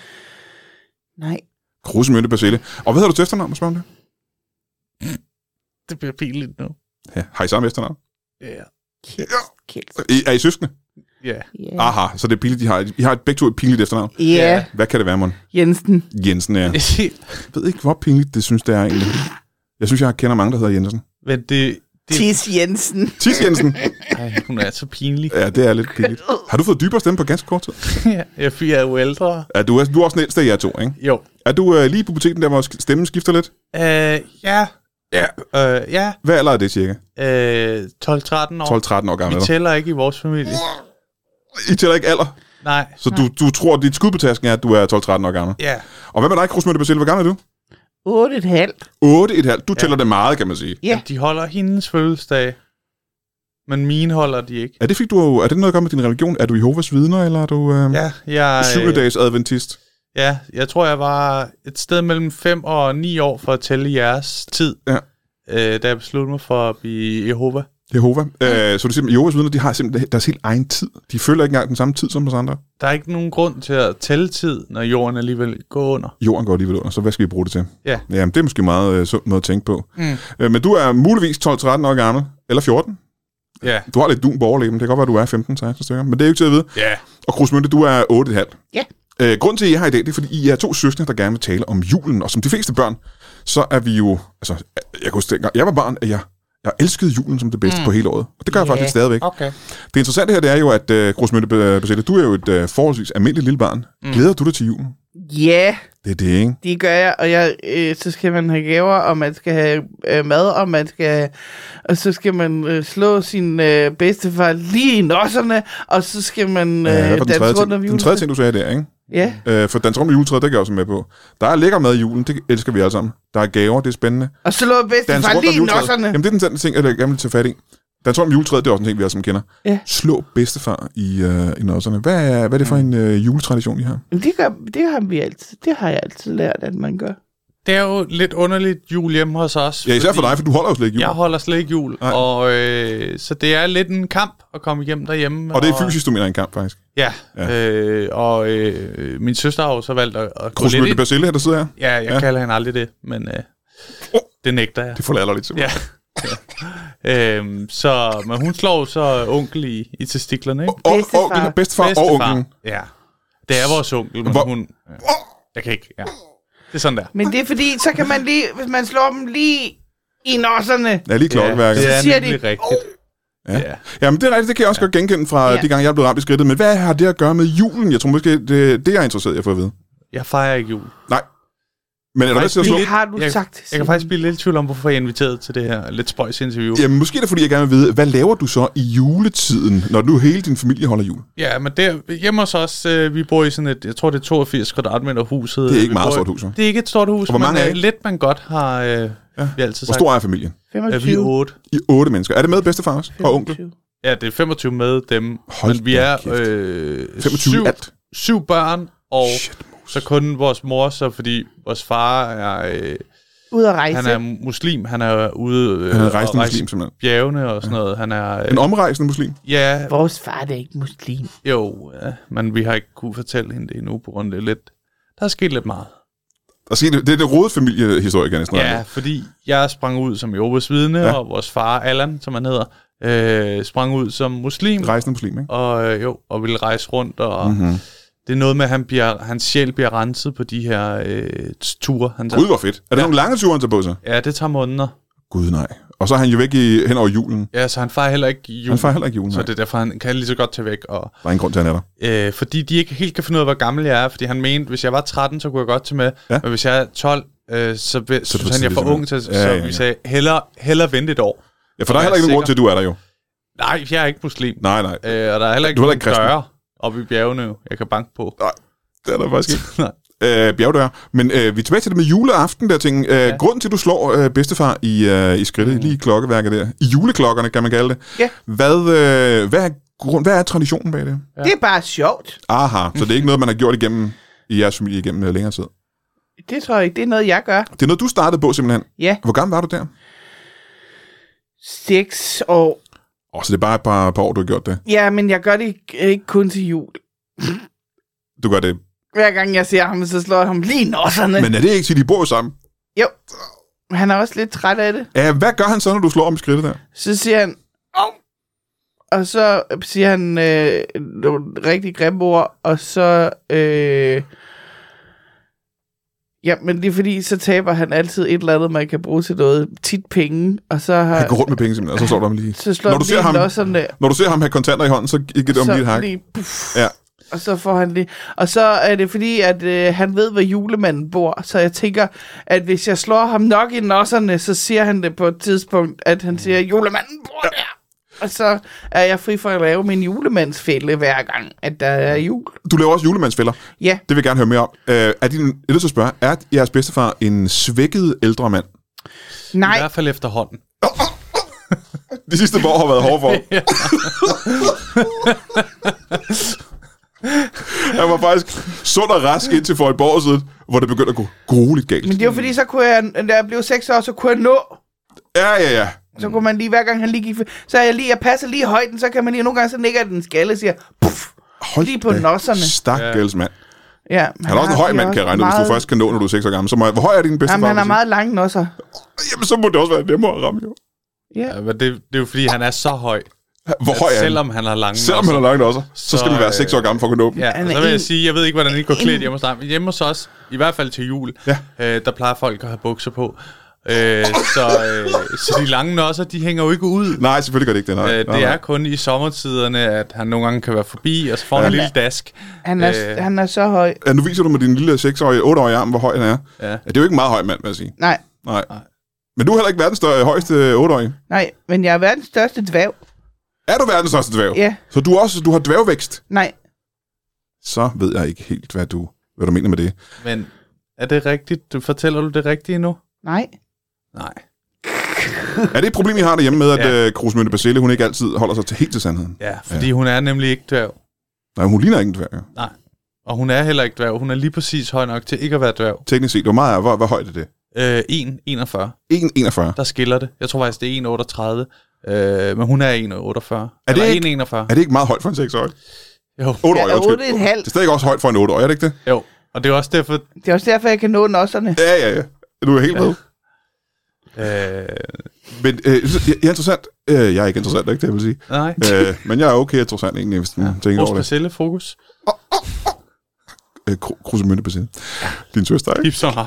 Nej. Krusemynte persille. Og hvad hedder du til efternavn, må spørge om det? Det bliver pinligt nu. Ja, har I samme efternavn? Ja. Kæls. Kæls. I, er I søskende? Ja. Yeah. Aha, så det er pinligt, de har. I har et begge to et pinligt efternavn. Ja. Yeah. Hvad kan det være, Mon? Jensen. Jensen, ja. Jeg ved ikke, hvor pinligt det synes, det er egentlig. Jeg synes, jeg kender mange, der hedder Jensen. Men det... det... Tis Jensen. Tis Jensen. Ej, hun er så pinlig. Ja, det er lidt pinligt. Har du fået dybere stemme på ganske kort tid? Ja, jeg er jo ældre. Ja, du er, du er også den ældste af jer to, ikke? Jo. Er du uh, lige i puberteten, der hvor stemmen skifter lidt? Øh, ja. Ja. Øh, ja. Hvad alder er det, cirka? Øh, tolv tretten år. tolv tretten år gammel. Vi tæller ikke i vores familie. I tæller ikke alder? Nej. Så du, du tror, at dit skud på tasken er, at du er tolv tretten år gammel? Ja. Og hvad med dig, Krusemynte persille? Hvor gammel er du? otte et halvt. otte et halvt. Du tæller ja. det meget, kan man sige. Ja. De holder hendes fødselsdag. Men mine holder de ikke. Er det, fordi du, er det noget at gøre med din religion? Er du Jehovas vidner, eller er du øh, ja, jeg, syvende dags adventist? Ja, jeg tror, jeg var et sted mellem fem og ni år for at tælle jeres tid, ja. øh, da jeg besluttede mig for at blive Jehova. Jehova. Ja. Øh, så du siger, at Jehovas vidner, de har simpelthen deres helt egen tid. De følger ikke engang den samme tid som os andre. Der er ikke nogen grund til at tælle tid, når jorden alligevel går under. Jorden går alligevel under, så hvad skal vi bruge det til? Ja. Jamen, det er måske meget øh, sundt måde at tænke på. Mm. Øh, men du er muligvis tolv tretten år gammel, eller fjorten. Ja. Du har lidt dum på overleben. Det kan godt være, du er femten seksten stykker, men det er jo ikke til at vide. Ja. Og Krusemynte, du er otte et halvt. Ja. Øh, grunden til, at I er her i dag, det er, fordi I er to søskende, der gerne vil tale om julen. Og som de fleste børn, så er vi jo... Altså, jeg kunne tænke, jeg var barn, at jeg, jeg elskede julen som det bedste mm. på hele året. Og det gør jeg yeah. faktisk stadigvæk. Okay. Det interessante her, det er jo, at uh, Krusemynte persille, du er jo et uh, forholdsvis almindeligt lille barn. Mm. Glæder du dig til julen? Ja. Yeah. Det er det, ikke? Det gør jeg, og jeg, øh, så skal man have gaver, og man skal have øh, mad, og man skal, og så skal man øh, slå sin øh, bedstefar lige i nosserne, og så skal man øh, ja, danse rundt om juletræet. Den tredje ting, du sagde der, ikke? Ja. Øh, for danse rundt om juletræet, det gør jeg også med på. Der er lækker mad i julen, det elsker vi alle sammen. Der er gaver, det er spændende. Og så lå bedstefar lige i nosserne. Jamen, det er den ting, jeg gerne vil tage fat i. Danse rundt om juletræet, det er også en ting, vi alle sammen kender. Ja. Slå bedstefar i, øh, i nosserne. Hvad er, hvad er det for en øh, juletradition, I har? Jamen, det, gør, det, har vi altid, det har jeg altid lært, at man gør. Det er jo lidt underligt jul hjemme hos os. Ja, især for dig, for du holder jo slet ikke jul. Jeg holder slet ikke jul, Nej. og øh, så det er lidt en kamp at komme hjem derhjemme. Og det er fysisk, du mener en kamp, faktisk? Ja, ja. Øh, og øh, min søster har jo så valgt at, at gå lidt ind. Persille her, der sidder her? Ja, jeg ja. kalder hende aldrig det, men øh, oh. det nægter jeg. Det får latterligt til mig. Ja. Ja. øhm, så, men hun slår så onkel i, i testiklerne, ikke? Og, og, og bedstefar, bedstefar og onkelen. Ja, det er vores onkel, men Hvor? hun... Ja. Jeg kan ikke, ja. Det er sådan der. Men det er fordi, så kan man lige, hvis man slår dem lige i nosserne. Ja, lige klokkeværket. Ja, det er så siger nemlig de, rigtigt. Ja. Ja. Jamen, det er rigtigt, det kan jeg også ja. godt genkende fra ja. de gange, jeg er blevet ramt i skridtet. Men hvad har det at gøre med julen? Jeg tror måske, det, det er jeg interesseret i at få at vide. Jeg fejrer ikke jul. Nej. Men er der til at slå? Det har du jeg, sagt. Jeg kan faktisk blive lidt i tvivl om, hvorfor jeg er inviteret til det her lidt spøjs interview. Jamen, måske er det, fordi jeg gerne vil vide, hvad laver du så i juletiden, når nu hele din familie holder jul? Ja, men det hjemme hos os, øh, vi bor i sådan et, jeg tror det er toogfirs kvadratmeter huset. Det er ikke vi meget stort hus, Det er ikke et stort hus, hvor mange men er lidt man godt har øh, ja. vi altid sagt. Hvor stor er familien? femogtyve. Ja, vi er otte. I otte mennesker. Er det med bedstefar også? Og onkel? Ja, det er femogtyve med dem. Hold men vi er øh, femogtyve syv, alt. syv børn, og Shit, så kun vores mor, så fordi vores far er... Øh, ude at rejse. Han er muslim, han er ude øh, han er rejsende muslim, simpelthen. Bjergene og sådan noget. Han er, øh, en omrejsende muslim? Ja. Vores far er ikke muslim. Jo, ja, men vi har ikke kunne fortælle hende det endnu, på grund af det lidt... Der er sket lidt meget. Der er det, det er det rodede familiehistorie, næsten. Ja, fordi jeg sprang ud som Jehovas vidne, ja. og vores far, Allan, som han hedder, øh, sprang ud som muslim. Rejsende muslim, ikke? Og, øh, jo, og ville rejse rundt, og... Mm-hmm. Det er noget med, at han bliver, hans sjæl bliver renset på de her øh, ture. Han tager. Gud, hvor fedt. Er det ja. nogle lange ture, han tager på sig? Ja, det tager måneder. Gud, nej. Og så er han jo væk i, hen over julen. Ja, så han fejrer heller ikke julen. Han fejrer heller ikke julen, så det er derfor, han kan lige så godt tage væk. Og, der er ingen grund til, at han er der. Øh, fordi de ikke helt kan finde ud af, hvor gammel jeg er. Fordi han mente, hvis jeg var tretten, så kunne jeg godt tage med. Ja. Men hvis jeg er tolv, øh, så, så, så synes han, jeg er for ung til. Ja, så ja, ja. vi sagde, hellere, hellere vente et år. Ja, for der er heller ikke nogen grund til, at du er der jo. Nej, jeg er ikke muslim. Nej, nej. Øh, og der er heller ikke du er ikke døre. oppe i bjergene, jeg kan banke på. Nej, det er der faktisk ikke. Nej. Øh, bjergdør. Men øh, vi er tilbage til det med juleaften der ting. Øh, ja. Grunden til, at du slår øh, bedstefar i, øh, i skridtet, mm. lige i klokkeværket der, i juleklokkerne, kan man kalde det. Ja. Hvad, øh, hvad, er, grund, hvad er traditionen bag det? Ja. Det er bare sjovt. Aha, så det er ikke noget, man har gjort igennem i jeres familie igennem øh, længere tid? Det tror jeg ikke. Det er noget, jeg gør. Det er noget, du startede på simpelthen? Ja. Hvor gammel var du der? Seks år. Åh, oh, så det er bare et par, par år, du har gjort det? Ja, men jeg gør det ikke, ikke kun til jul. Du gør det? Hver gang jeg ser ham, så slår jeg ham lige nosserne. Men er det ikke til, de bor jo sammen? Jo. Han er også lidt træt af det. Ja, hvad gør han så, når du slår om i skridtet der? Så siger han, åh! Og så siger han øh, nogle rigtig grimme ord, og så... Øh, ja, men det er fordi, så taber han altid et eller andet, man kan bruge til noget. Tit penge, og så har... Han går rundt med penge simpelthen, og så slår du ham lige. Så slår når du ser ham, losserne, når du ser ham have kontanter i hånden, så giver det om lige et hak. Lige, puff, ja. Og så får han det. Og så er det fordi, at øh, han ved, hvor julemanden bor. Så jeg tænker, at hvis jeg slår ham nok i nosserne, så siger han det på et tidspunkt, at han siger, julemanden bor ja. der. Og så er jeg fri for at lave min julemandsfælde hver gang, at der er jul. Du laver også julemandsfælder? Ja. Det vil jeg gerne høre mere om. Uh, er din, jeg er nødt til at spørge, er jeres bedstefar en svækket ældre mand? Nej. I hvert fald efterhånden. De sidste år har været hårde for. Han var faktisk sund og rask indtil for et par år siden, hvor det begyndte at gå grueligt galt. Men det var fordi, så kunne jeg, da jeg blev seks år, så kunne jeg nå. Ja, ja, ja. Så kunne man lige, hver gang han lige gik, så er jeg lige, jeg passer lige højden, så kan man lige, nogle gange så nikker den skalle og siger, puff, hold lige på nosserne. Stakkels mand. Ja, han, han er også en høj mand, kan jeg regne, meget... hvis du først kan nå, når du er seks år gammel. Så må jeg, hvor høj er din bedstefar? Jamen, han har meget lange nosser. Jamen, så må det også være nemmere at ramme, jo. Ja. Ja, men det, det er jo fordi, han er så høj. Hvor høj er han? Selvom han har lange Selvom han har lange nosser, så, så skal man være seks år gammel for at kunne nå dem. Ja, og så vil jeg sige, jeg ved ikke, hvordan I går klædt hjemme hos dig, men hjemme hos os, i hvert fald til jul, ja. øh, der plejer folk at have bukser på. Øh, så, øh, så de lange nosser, de hænger jo ikke ud. Nej, selvfølgelig gør det ikke det. Nej. Øh, det nej, nej. er kun i sommertiderne, at han nogle gange kan være forbi, og så får han ja. en lille dask. Han er, øh, han er så høj. Ja, nu viser du med din lille seksårige, otteårige arm, hvor høj han er. Ja. Ja, det er jo ikke en meget høj mand, vil jeg sige. Nej. Nej. Nej. Men du er heller ikke verdens større, højeste otteårige. Nej, men jeg er verdens største dværg. Er du verdens største dværg? Ja. Så du også du har dværgvækst? Nej. Så ved jeg ikke helt, hvad du, hvad du mener med det. Men er det rigtigt? Du fortæller du det rigtige nu? Nej. Nej. Er det et problem, I har derhjemme med, at ja. uh, Krusmønte Basile, hun ikke altid holder sig til helt til sandheden? Ja, fordi ja. hun er nemlig ikke dværg. Nej, hun ligner ikke en dværg. Ja. Nej, og hun er heller ikke dværg. Hun er lige præcis høj nok til ikke at være dværg. Teknisk set, hvor meget er, hvor, hvor højt er det? Øh, en komma enogfyrre. en komma enogfyrre? Der skiller det. Jeg tror faktisk, det er en komma otteogtredive. Øh, men hun er en komma otteogfyrre. Er det, ikke, en komma enogfyrre. Er det ikke meget højt for en seksårig? Jo. otteårig, ja, otte komma fem. Det er stadig også højt for en otteårig, er det ikke det? Jo, og det er også derfor... Det er også derfor, jeg kan nå nosserne. Ja, ja, ja. Du er helt med. Øh... Men øh, jeg er interessant. Øh, jeg er ikke interessant, ikke det, jeg vil sige. Nej. Øh, men jeg er okay interessant, egentlig, hvis man ja. tænker over det. Basile, fokus. Oh, oh, oh. Øh, Krusmønte Basile. Ja. Din søster, ikke? Gip så op.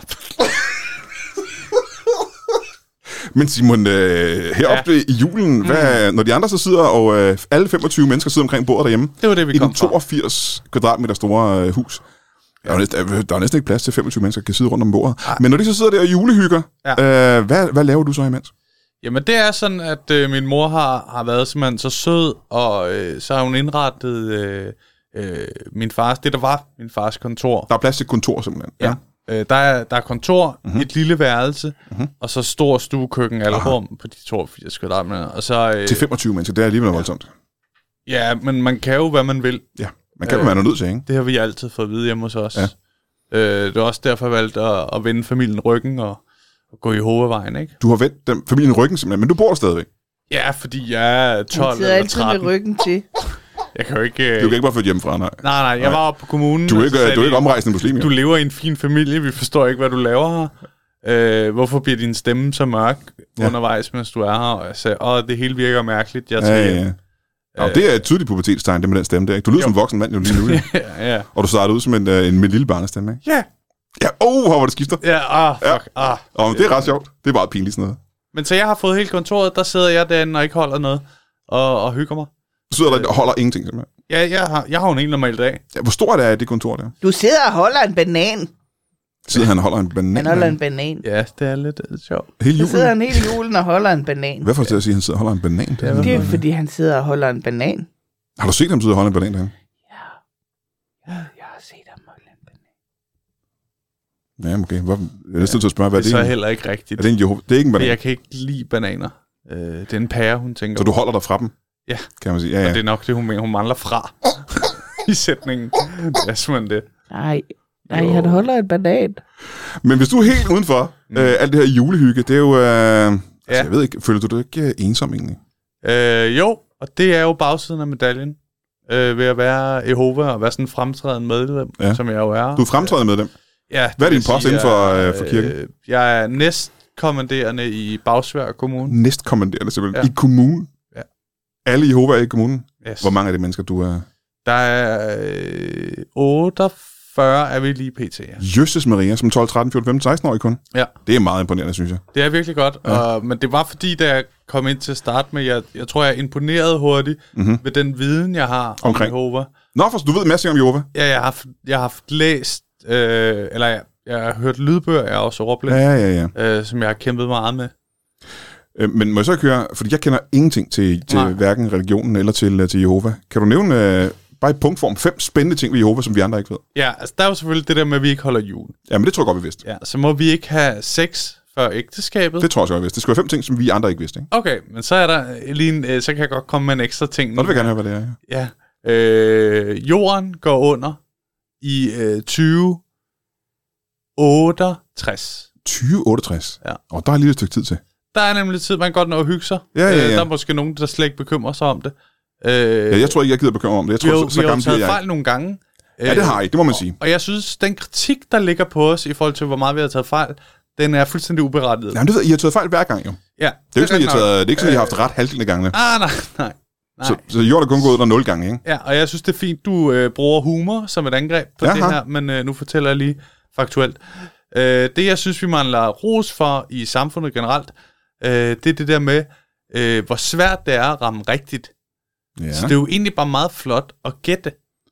Men Simon, øh, heroppe ja. i julen, mm. hvad, når de andre så sidder, og øh, alle femogtyve mennesker sidder omkring bordet derhjemme, det var det, vi i kom den toogfirs kvadratmeter store øh, hus. Ja. Der, er næsten, der er næsten ikke plads til femogtyve mennesker, der kan sidde rundt om bordet. Ja. Men når de så sidder der og julehygger, ja. øh, hvad, hvad laver du så imens? Jamen det er sådan, at øh, min mor har, har været simpelthen så sød, og øh, så har hun indrettet øh, øh, min fars, det der var min fars kontor. Der er plads til kontor simpelthen. Ja. Øh, der, er, der er kontor, mm-hmm. et lille værelse, mm-hmm. og så stor stuekøkken eller rum på de toogfirs kvadratmeter. Og så, øh, til femogtyve mennesker, det er alligevel voldsomt. Ja, men man kan jo, hvad man vil. Ja, man kan jo øh, være nødt til, ikke? Det har vi altid fået at vide hjemme hos os. Ja. Øh, det er også derfor, jeg valgte at, at vende familien ryggen og, og gå i hovedvejen, ikke? Du har vendt den, familien ryggen simpelthen, men du bor der stadigvæk? Ja, fordi jeg er tolv eller altid tretten. Med ryggen til. Jeg kan jo ikke... Du kan ikke bare flytte hjemmefra, nej. Nej, nej, jeg nej. var oppe på kommunen. Du er ikke, du er ikke omrejsende muslim, ja. Du lever i en fin familie, vi forstår ikke, hvad du laver her. Øh, hvorfor bliver din stemme så mørk ja. undervejs, mens du er her? Og jeg sagde, åh, det hele virker mærkeligt, jeg tager ja, ja, ja. Og det er et tydeligt pubertetstegn, det med den stemme der, ikke? Du lyder jo. som en voksen mand jo lige nu, ja, ja. Og du starter ud som en, en, en lille barnestemme, ikke? Ja. Ja, åh, oh, hvor det skifter. Ja, ah, fuck, ja. ah. Og det er ret sjovt. Det er meget pinligt sådan noget. Men så jeg har fået hele kontoret, der sidder jeg derinde og ikke holder noget, og, og hygger mig. Du sidder der og holder ingenting, simpelthen? Ja, jeg har, jeg har jo en helt normal dag. Ja, hvor stort er det kontor der? Du sidder og holder en banan. Sidder han og holder en banan? Han holder en banan. Ja, det er lidt uh, sjovt. Hele julen? Så sidder han hele julen og holder en banan. Hvorfor til at sige, at han sidder og holder en banan? Det er, det er fordi, han sidder og holder en banan. Har du set ham sidde og holde en banan der? Ja, okay. Hvor, jeg er næsten til at spørge, hvad det er det så heller ikke rigtigt. Er det en Jehova? Det er ikke en banan. Jeg kan ikke lide bananer. Øh, det er en pære, hun tænker. Så du holder dig fra dem? Ja. Kan man sige. Ja, ja. Og det er nok det, hun mener. Hun mangler fra i sætningen. Det er simpelthen det. Nej, nej, han holder en banan. Men hvis du er helt udenfor mm. øh, alt det her julehygge, det er jo... Øh, ja. altså, jeg ved ikke, føler du dig ikke ensom egentlig? Øh, jo, og det er jo bagsiden af medaljen. Øh, ved at være Jehova og være sådan en fremtrædende medlem, ja. Som jeg jo er. Du er fremtrædende medlem? Ja. Hvad er din post inden for, øh, for kirken? Øh, jeg er næstkommanderende i Bagsværd Kommune. Næstkommanderende simpelthen? Ja. I kommunen? Ja. Alle Jehova er i kommunen? Yes. Hvor mange af de mennesker, du er? Der er øh, otteogfyrre er vi lige pt. Ja. Jøsses Maria, som tolv, tretten, fjorten, femten, seksten år kun? Ja. Det er meget imponerende, synes jeg. Det er virkelig godt, ja. og, men det var fordi, da jeg kom ind til at starte med, jeg, jeg tror, jeg imponerede hurtigt mm-hmm. ved den viden, jeg har omkring om Jehova. Nå, for du ved en masse om Jehova? Ja, jeg har haft, jeg har haft læst, øh, eller jeg, jeg har hørt lydbøger, jeg er også ordblind, ja, ja, ja. Øh, som jeg har kæmpet meget med. Øh, men må jeg så ikke høre, fordi jeg kender ingenting til, til hverken religionen eller til, til Jehova. Kan du nævne... Øh, bare i punktform fem spændende ting ved Jehova, som vi andre ikke ved. Ja, altså der er jo selvfølgelig det der med, at vi ikke holder jul. Ja, men det tror jeg godt, vi vidste. Ja, så må vi ikke have sex før ægteskabet. Det tror jeg godt, vi vidste. Det skal være fem ting, som vi andre ikke vidste, ikke? Okay, men så er der lige en, så kan jeg godt komme med en ekstra ting. Nå, det vil jeg gerne høre, hvad det er. Ja. ja. Øh, jorden går under i øh, tyve otteogtres. tyve otteogtres? Ja. Og der er lige et stykke tid til. Der er nemlig tid, man godt nå at hygge sig. Ja, ja, ja. Øh, der er måske nogen, der slet ikke bekymrer sig om det. Øh, ja, jeg tror ikke, jeg gider bekymre om det. Jeg tror, vi har, så, så vi har taget jeg. fejl nogle gange. Ja, det har I, det må man sige. Og, og jeg synes, den kritik, der ligger på os i forhold til, hvor meget vi har taget fejl, den er fuldstændig uberettiget. Jamen, det ved, I har taget fejl hver gang, jo. Ja. Det er jo ikke sådan, I har, taget, det er ikke sådan, I har haft ret halvdelen af gangene. Ah, nej, nej. nej. Så, så jorden er kun gået under nul gange, ikke? Ja, og jeg synes, det er fint, du øh, bruger humor som et angreb på Aha. det her, men øh, nu fortæller jeg lige faktuelt. Øh, det, jeg synes, vi mangler ros for i samfundet generelt, øh, det er det der med, øh, hvor svært det er at ramme rigtigt. Ja. Så det er jo egentlig bare meget flot at gætte.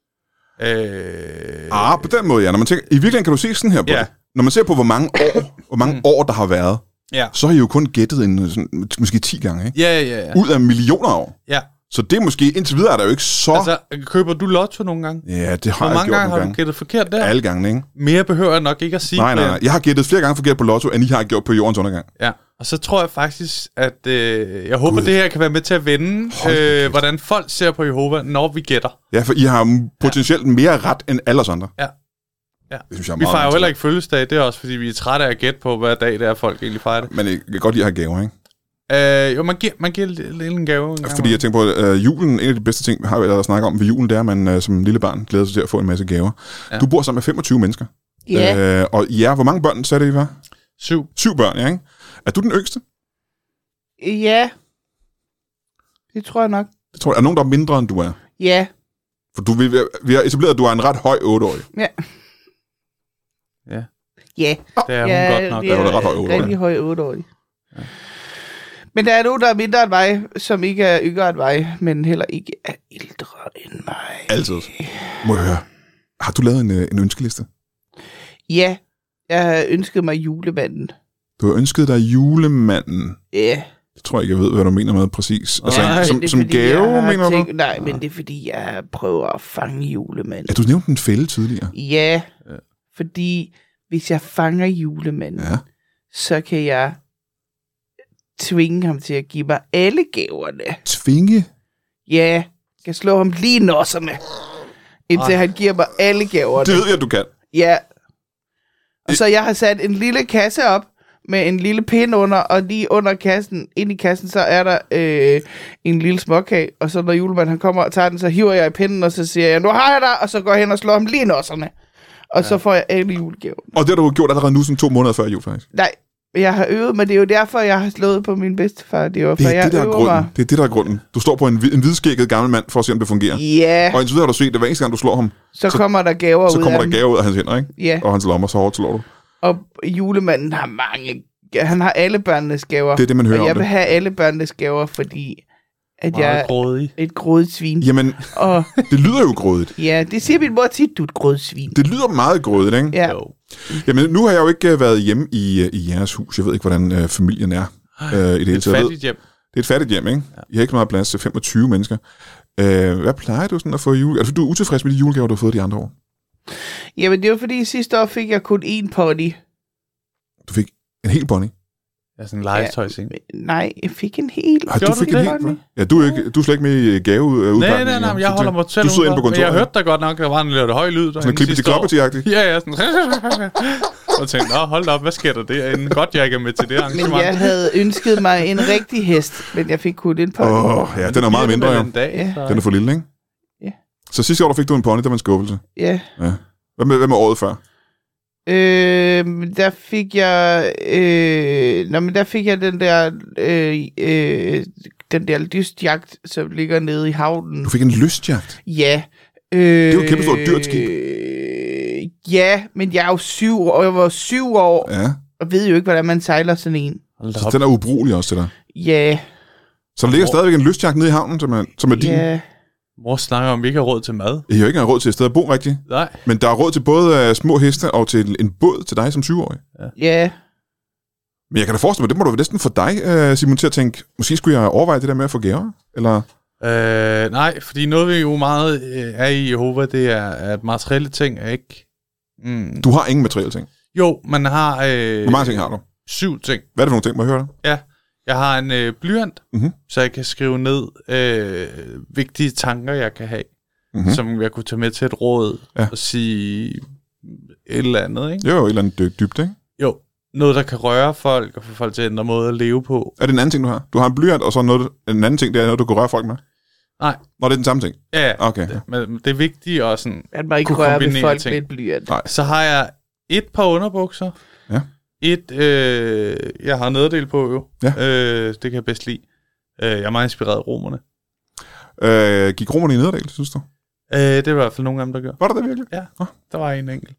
Øh, ah, på den måde, ja. Når man tænker, i virkeligheden kan du se sådan her på ja. det. Når man ser på, hvor mange år, hvor mange mm. år der har været, ja. så har I jo kun gættet en, sådan, måske ti gange, ikke? Ja, ja, ja. Ud af millioner år. Ja. Så det er måske, indtil videre er der jo ikke så... Altså, køber du lotto nogle gange? Ja, det har hvor jeg gjort nogle gange. Hvor mange gange har du gættet forkert der? Alle gange, ikke? Mere behøver jeg nok ikke at sige. Nej, nej, nej. Jeg har gættet flere gange forkert på lotto, end I har gjort på jordens undergang. Ja, og så tror jeg faktisk, at øh, jeg håber, God. det her kan være med til at vende, øh, hvordan folk ser på Jehova, når vi gætter. Ja, for I har potentielt ja. mere ret end alle os andre. Ja. Ja. Det synes jeg er vi fejrer jo heller ikke fødselsdag, det er også, fordi vi er trætte af at gætte på, hvad dag det er, folk egentlig fejrer det. Men det kan godt lide at have gaver, ikke? Øh, jo, man giver, man giver lidt en gave. En Fordi jeg tænker på, at uh, julen, en af de bedste ting, vi har allerede snakket om ved julen, det er, at man uh, som lille barn glæder sig til at få en masse gaver. Ja. Du bor sammen med femogtyve mennesker. Ja. Yeah. Uh, og ja, hvor mange børn sagde det, I var? Syv. Syv børn, ja, ikke? Er du den yngste? Ja. Det tror jeg nok. Det tror jeg. Er nogen, der er mindre, end du er? Ja. For du, vi, vi har etableret, at du er en ret høj otteårig. Ja. Ja. Ja. Det er hun ja, godt nok. Det er ret høj otteårig. Rigtig høj otteårig. Ja. Men der er nogen, der er mindre end mig, som ikke er yngre end mig, men heller ikke er ældre end mig. Altid. Må jeg høre. Har du lavet en, en ønskeliste? Ja. Jeg har ønsket mig julemanden. Du har ønsket dig julemanden? Ja. Jeg tror ikke, jeg ved, hvad du mener med præcis. Altså, nej, som, som gave, mener tænkt, du? Nej, men det er fordi, jeg prøver at fange julemanden. Ja, du nævnte en fælde tidligere. Ja, ja, fordi hvis jeg fanger julemanden, ja. så kan jeg tvinge ham til at give mig alle gaverne. Tvinge? Ja, jeg kan slå ham lige nosserne, indtil Ej. han giver mig alle gaverne. Det ved jeg, du kan. Ja. Og så jeg har sat en lille kasse op, med en lille pind under, og lige under kassen, ind i kassen, så er der øh, en lille småkage, og så når julemanden han kommer og tager den, så hiver jeg i pinden, og så siger jeg, nu har jeg dig, og så går jeg hen og slår ham lige nosserne. Og ja. så får jeg alle julegaver. Og det har du gjort allerede nu, sådan to måneder før jul, faktisk? Nej, jeg har øvet, men det er jo derfor, jeg har slået på min bedstefar. Det er jo, det, er jeg det, der er grunden. Mig. Det er det, der er grunden. Du står på en, en hvidskægget gammel mand, for at se, om det fungerer. Ja. Og indtil videre har du set, at hver eneste gang, du slår ham, så, så kommer der gaver så ud kommer af der gaver ud af hans hænder, ikke? Ja. Og hans lommer, så hårdt slår du. Og julemanden har mange. Han har alle børnenes gaver. Det er det, man hører og jeg om vil det. have alle børnenes gaver, fordi at meget jeg er grådig. et grådigt svin. Jamen, og, det lyder jo grådigt. Ja, det siger min mor tit, du er et grådigt svin. Det lyder meget grådigt, ikke? Ja. Jo. Jamen, nu har jeg jo ikke været hjemme i, i jeres hus. Jeg ved ikke, hvordan øh, familien er. Øh, i det, det er et fattigt hjem. Det er et fattigt hjem, ikke? Ja. I har ikke så meget plads til femogtyve mennesker. Øh, hvad plejer du sådan at få i jule? Er det, du er utilfreds med de julegaver, du har fået de andre år? Jamen, det var fordi sidste år fik jeg kun én pony. Du fik en hel pony? Ja, sådan en legetøjsing. Ja, nej, jeg fik en hel. Har du fik en hel pony? Ja, du er, ikke, du er slet ikke med i gave ud. Nej, nej, nej, jeg holder mig selv du sidder inde på kontoret. Men jeg hørte da godt nok, der var en lidt høj lyd. Sådan en klippe til kloppeti-agtigt? Ja, ja, sådan. Og tænkte, nå, hold da op, hvad sker der derinde? Godt, jeg ikke er med til det arrangement. Men jeg havde ønsket mig en rigtig hest, men jeg fik kun en pony. Åh, oh, ja, den er meget mindre, jo. Dag, ja. Den er for lille, ikke? Ja. Så sidste år, der fik du en pony, der var en skuffelse? Ja. Ja. Hvad med, hvad med året før? Øh, der fik jeg... Øh, nå, men der fik jeg den der... Øh, øh, den der lystjagt, som ligger nede i havnen. Du fik en lystjagt? Ja. Øh, det er jo et kæmpe stort dyrt skib. Øh, ja, men jeg er jo syv år, og jeg var syv år, ja. og ved jo ikke, hvordan man sejler sådan en. Så den er ubrugelig også til dig? Ja. Så der ligger stadigvæk en lystjagt nede i havnen, som er, som er din? Ja. Mor snakker om, at vi ikke har råd til mad. I har jo ikke engang råd til et sted at bo rigtigt. Nej. Men der er råd til både uh, små heste og til en båd til dig som syvårig. Ja. ja. Men jeg kan da forestille mig, det må du næsten få dig, uh, Simon, til at tænke, måske skulle jeg overveje det der med at få gaver? Eller? Øh, nej, fordi noget vi jo meget øh, er i Jehova, det er, at materielle ting er ikke... Mm. Du har ingen materielle ting? Jo, man har... Øh, Hvor mange ting har du? Syv ting. Hvad er det for nogle ting? Må jeg høre det? Ja, jeg har en øh, blyant, mm-hmm. så jeg kan skrive ned øh, vigtige tanker, jeg kan have, mm-hmm. som jeg kunne tage med til et råd ja. og sige et eller andet, ikke? Jo, et eller andet dybt, ikke? Jo, noget, der kan røre folk og få folk til at ændre måde at leve på. Er det en anden ting, du har? Du har en blyant, og så noget, en anden ting, det er noget, du kan røre folk med? Nej. Nå, det er den samme ting? Ja, okay. det, men det er vigtigt at sådan at man ikke røre ved folk ting. Med et blyant. Nej. Så har jeg et par underbukser. Ja. Et, øh, jeg har nederdel på jo. Ja. Øh, det kan jeg bedst lide. Øh, jeg er meget inspireret af romerne. Øh, gik romerne i nederdel, synes du? Øh, det var i hvert fald nogle af dem, der gør. Var der det virkelig? Ja, ah. der var en enkelt.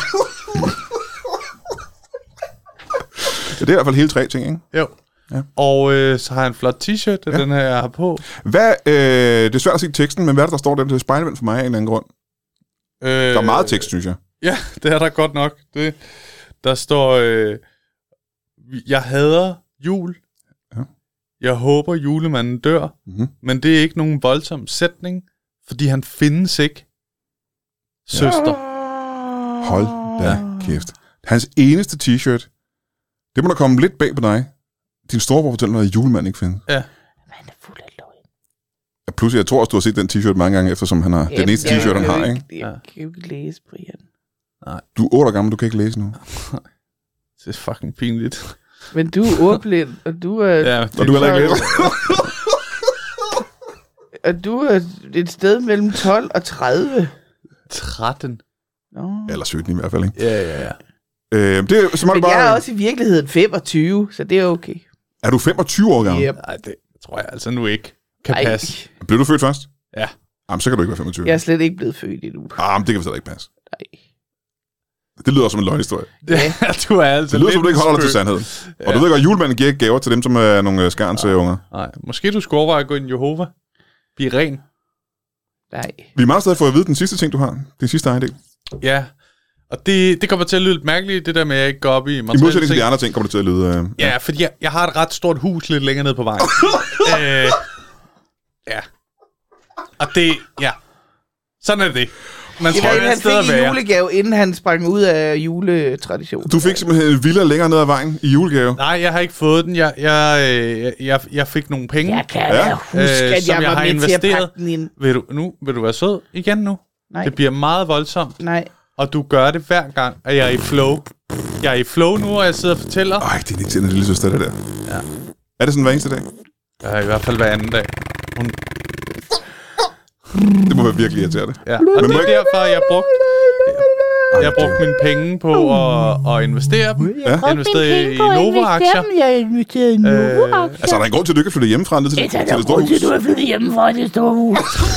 Ja, det er i hvert fald hele tre ting, ikke? Jo. Ja. Og øh, så har jeg en flot t-shirt, og ja. den her, jeg har på. Hvad, øh, det er svært at se teksten, men hvad er det, der står der? Det er spejlvendt for mig af en eller anden grund. Øh, der er meget tekst, synes jeg. Ja, det er der godt nok. Det, der står, øh, jeg hader jul. Ja. Jeg håber, julemanden dør. Mm-hmm. Men det er ikke nogen voldsom sætning, fordi han findes ikke. Søster. Ja. Hold da kæft. Hans eneste t-shirt, det må der komme lidt bag på dig. Din storebror fortæller mig, at julemanden ikke findes. Ja. Han er fuld af løgn. Ja, pludselig, jeg tror også, du har set den t-shirt mange gange, eftersom han har ja, den eneste t-shirt, han har, ikke? Jeg kan jo ikke læse, Brian. Nej. Du er otte år gammel, du kan ikke læse nu. Det er fucking pinligt. Men du er ordblind, og du er... Ja, og du er heller ikke læser. Og du er et sted mellem tolv og tredive. tretten. Nå. Eller sytten i hvert fald, ikke? Ja, ja, ja. Øh, det er, så Men bare... jeg er også i virkeligheden femogtyve, så det er okay. Er du femogtyve år gammel? Yep. Nej, det tror jeg altså nu ikke kan Ej. passe. Blev du født først? Ja. Jamen, så kan du ikke være femogtyve. Jeg er slet ikke blevet født endnu. Ah, men det kan slet ikke passe. Nej. Det lyder også som en løgnhistorie. Ja, du er altså det lyder som, du ikke holder dig til sandheden. Ja. Og du ved godt, at julemanden giver ikke gaver til dem, som er nogle skærens ja. unger. Nej, måske du skulle overveje at gå ind i Jehova. Bliv ren. Nej. Vi er meget stadig for at vide den sidste ting, du har. Den sidste ejendel. Ja, og det, det kommer til at lyde lidt mærkeligt, det der med, at jeg ikke går op i materielle ting. I modsætning til de andre ting, kommer det til at lyde... Øh, ja. ja, fordi jeg, jeg har et ret stort hus lidt længere ned på vejen. øh, ja. Og det... Ja. Sådan er det. Man tror, han fik en julegave, inden han sprang ud af juletraditionen. Du fik simpelthen en villa længere ned ad vejen i julegave? Nej, jeg har ikke fået den. Jeg, jeg, jeg, jeg fik nogle penge. Jeg kan ja. huske, øh, at jeg, jeg var med investeret. Til at pakke den ind. Vil du, nu, vil du være sød igen nu? Nej. Det bliver meget voldsomt. Nej. Og du gør det hver gang, at jeg er i flow. Jeg er i flow nu, og jeg sidder og fortæller. Ej, det er ikke til en lille søster, det der. Ja. Er det sådan hver eneste dag? Ja, i hvert fald hver anden dag. Hun... Det må være virkelig irriterende. Ja, og men det er derfor, jeg brugte jeg, jeg brugt mine penge på at, at investere dem. Ja. Jeg investerede i Nova-aktier. Jeg investerede i Nova-aktier. Øh, altså, er der en grund til, at du ikke kan flytte hjemmefra ned til, det, til, til det store hus? Det er der grund til, at du har flyttet hjemmefra til det store hus.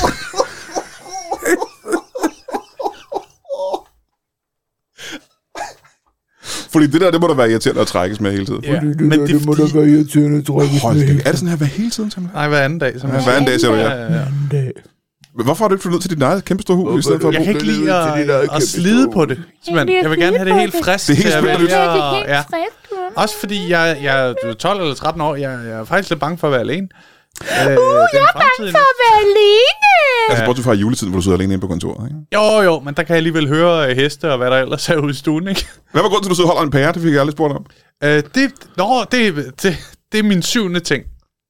Fordi det der, det må da være irriterende at trækkes med hele tiden. Ja, det, det, men det, det må da være irriterende at trækkes med hele tiden. Er det sådan her hver hele tiden, simpelthen? Nej, hver anden dag. Ja, hver anden dag, siger du, ja. ja, ja. Hvorfor har du ikke flyttet ned til dit eget kæmpe store hus? I stedet for jeg at kan ikke lide at, at slide på det. Simpelthen. Jeg vil gerne have det helt frisk. Det er helt spilderligt. Ja. Også fordi jeg, jeg er tolv eller tretten år. Jeg, jeg er faktisk lidt bange for at være alene. Øh, uh, jeg er bange for at være alene! Altså, bortset fra juletiden, hvor du sidder alene inde på kontoret, ikke? Jo, jo, men der kan jeg alligevel høre uh, heste og hvad der ellers er ude i stuen, ikke? Hvad var grunden til, at du sidder og holder en pære? Det fik jeg aldrig spurgt om. Uh, det, nå, det, det, det er min syvende ting.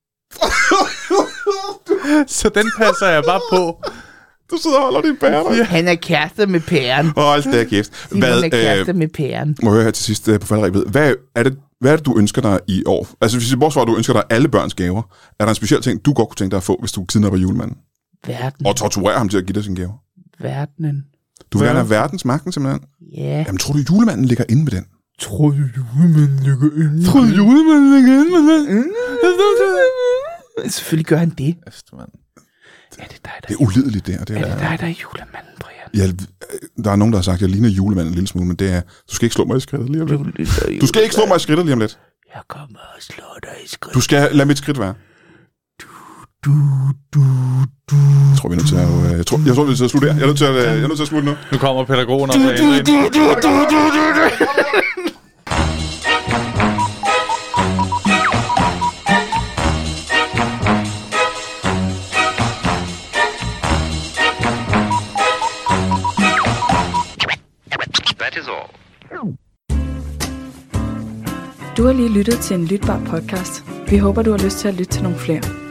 Så den passer jeg bare på. Du sidder og holder din pære, der. Ja. Han er kærester med pæren. Hold da kæft. Hvad, han er kærester øh, med pæren. Må jeg høre her til sidst uh, på falderæbet. Hvad er det, hvad er det, du ønsker dig i år? Altså, hvis vi bortset fra, at du ønsker dig alle børns gaver, er der en speciel ting, du godt kunne tænke dig at få, hvis du kidnapper julemanden? Verden. Og torturerer ham til at give dig sin gave? Verdenen. Du vil gerne have verdens magten, simpelthen? Ja. Yeah. Jamen, tror du, julemanden ligger inde med den? Tror du, julemanden ligger inde med den? Tror du, julemanden ligger inde med den? Mm. Selvfølgelig gør han det. Eftermand. Er det dig, der det er ulideligt, det her. Det er, er det dig, der er julemanden, Brian? Ja, der er nogen, der har sagt, at jeg ligner julemanden en lille smule, men det er, du skal ikke slå mig i skridtet lige om lidt. Du skal ikke slå mig i skridtet lige om lidt. Jeg kommer og slår dig i skridtet. Du skal lade mit skridt være. Du, du, du, du. Jeg tror, vi er nødt til at, jeg tror, jeg tror, vi er nødt til at slutte her. Jeg er nødt til at, jeg er nødt til at slutte nu. Nu kommer pædagogen og tager ind. Du har lige lyttet til en lytbar podcast. Vi håber, du har lyst til at lytte til nogle flere.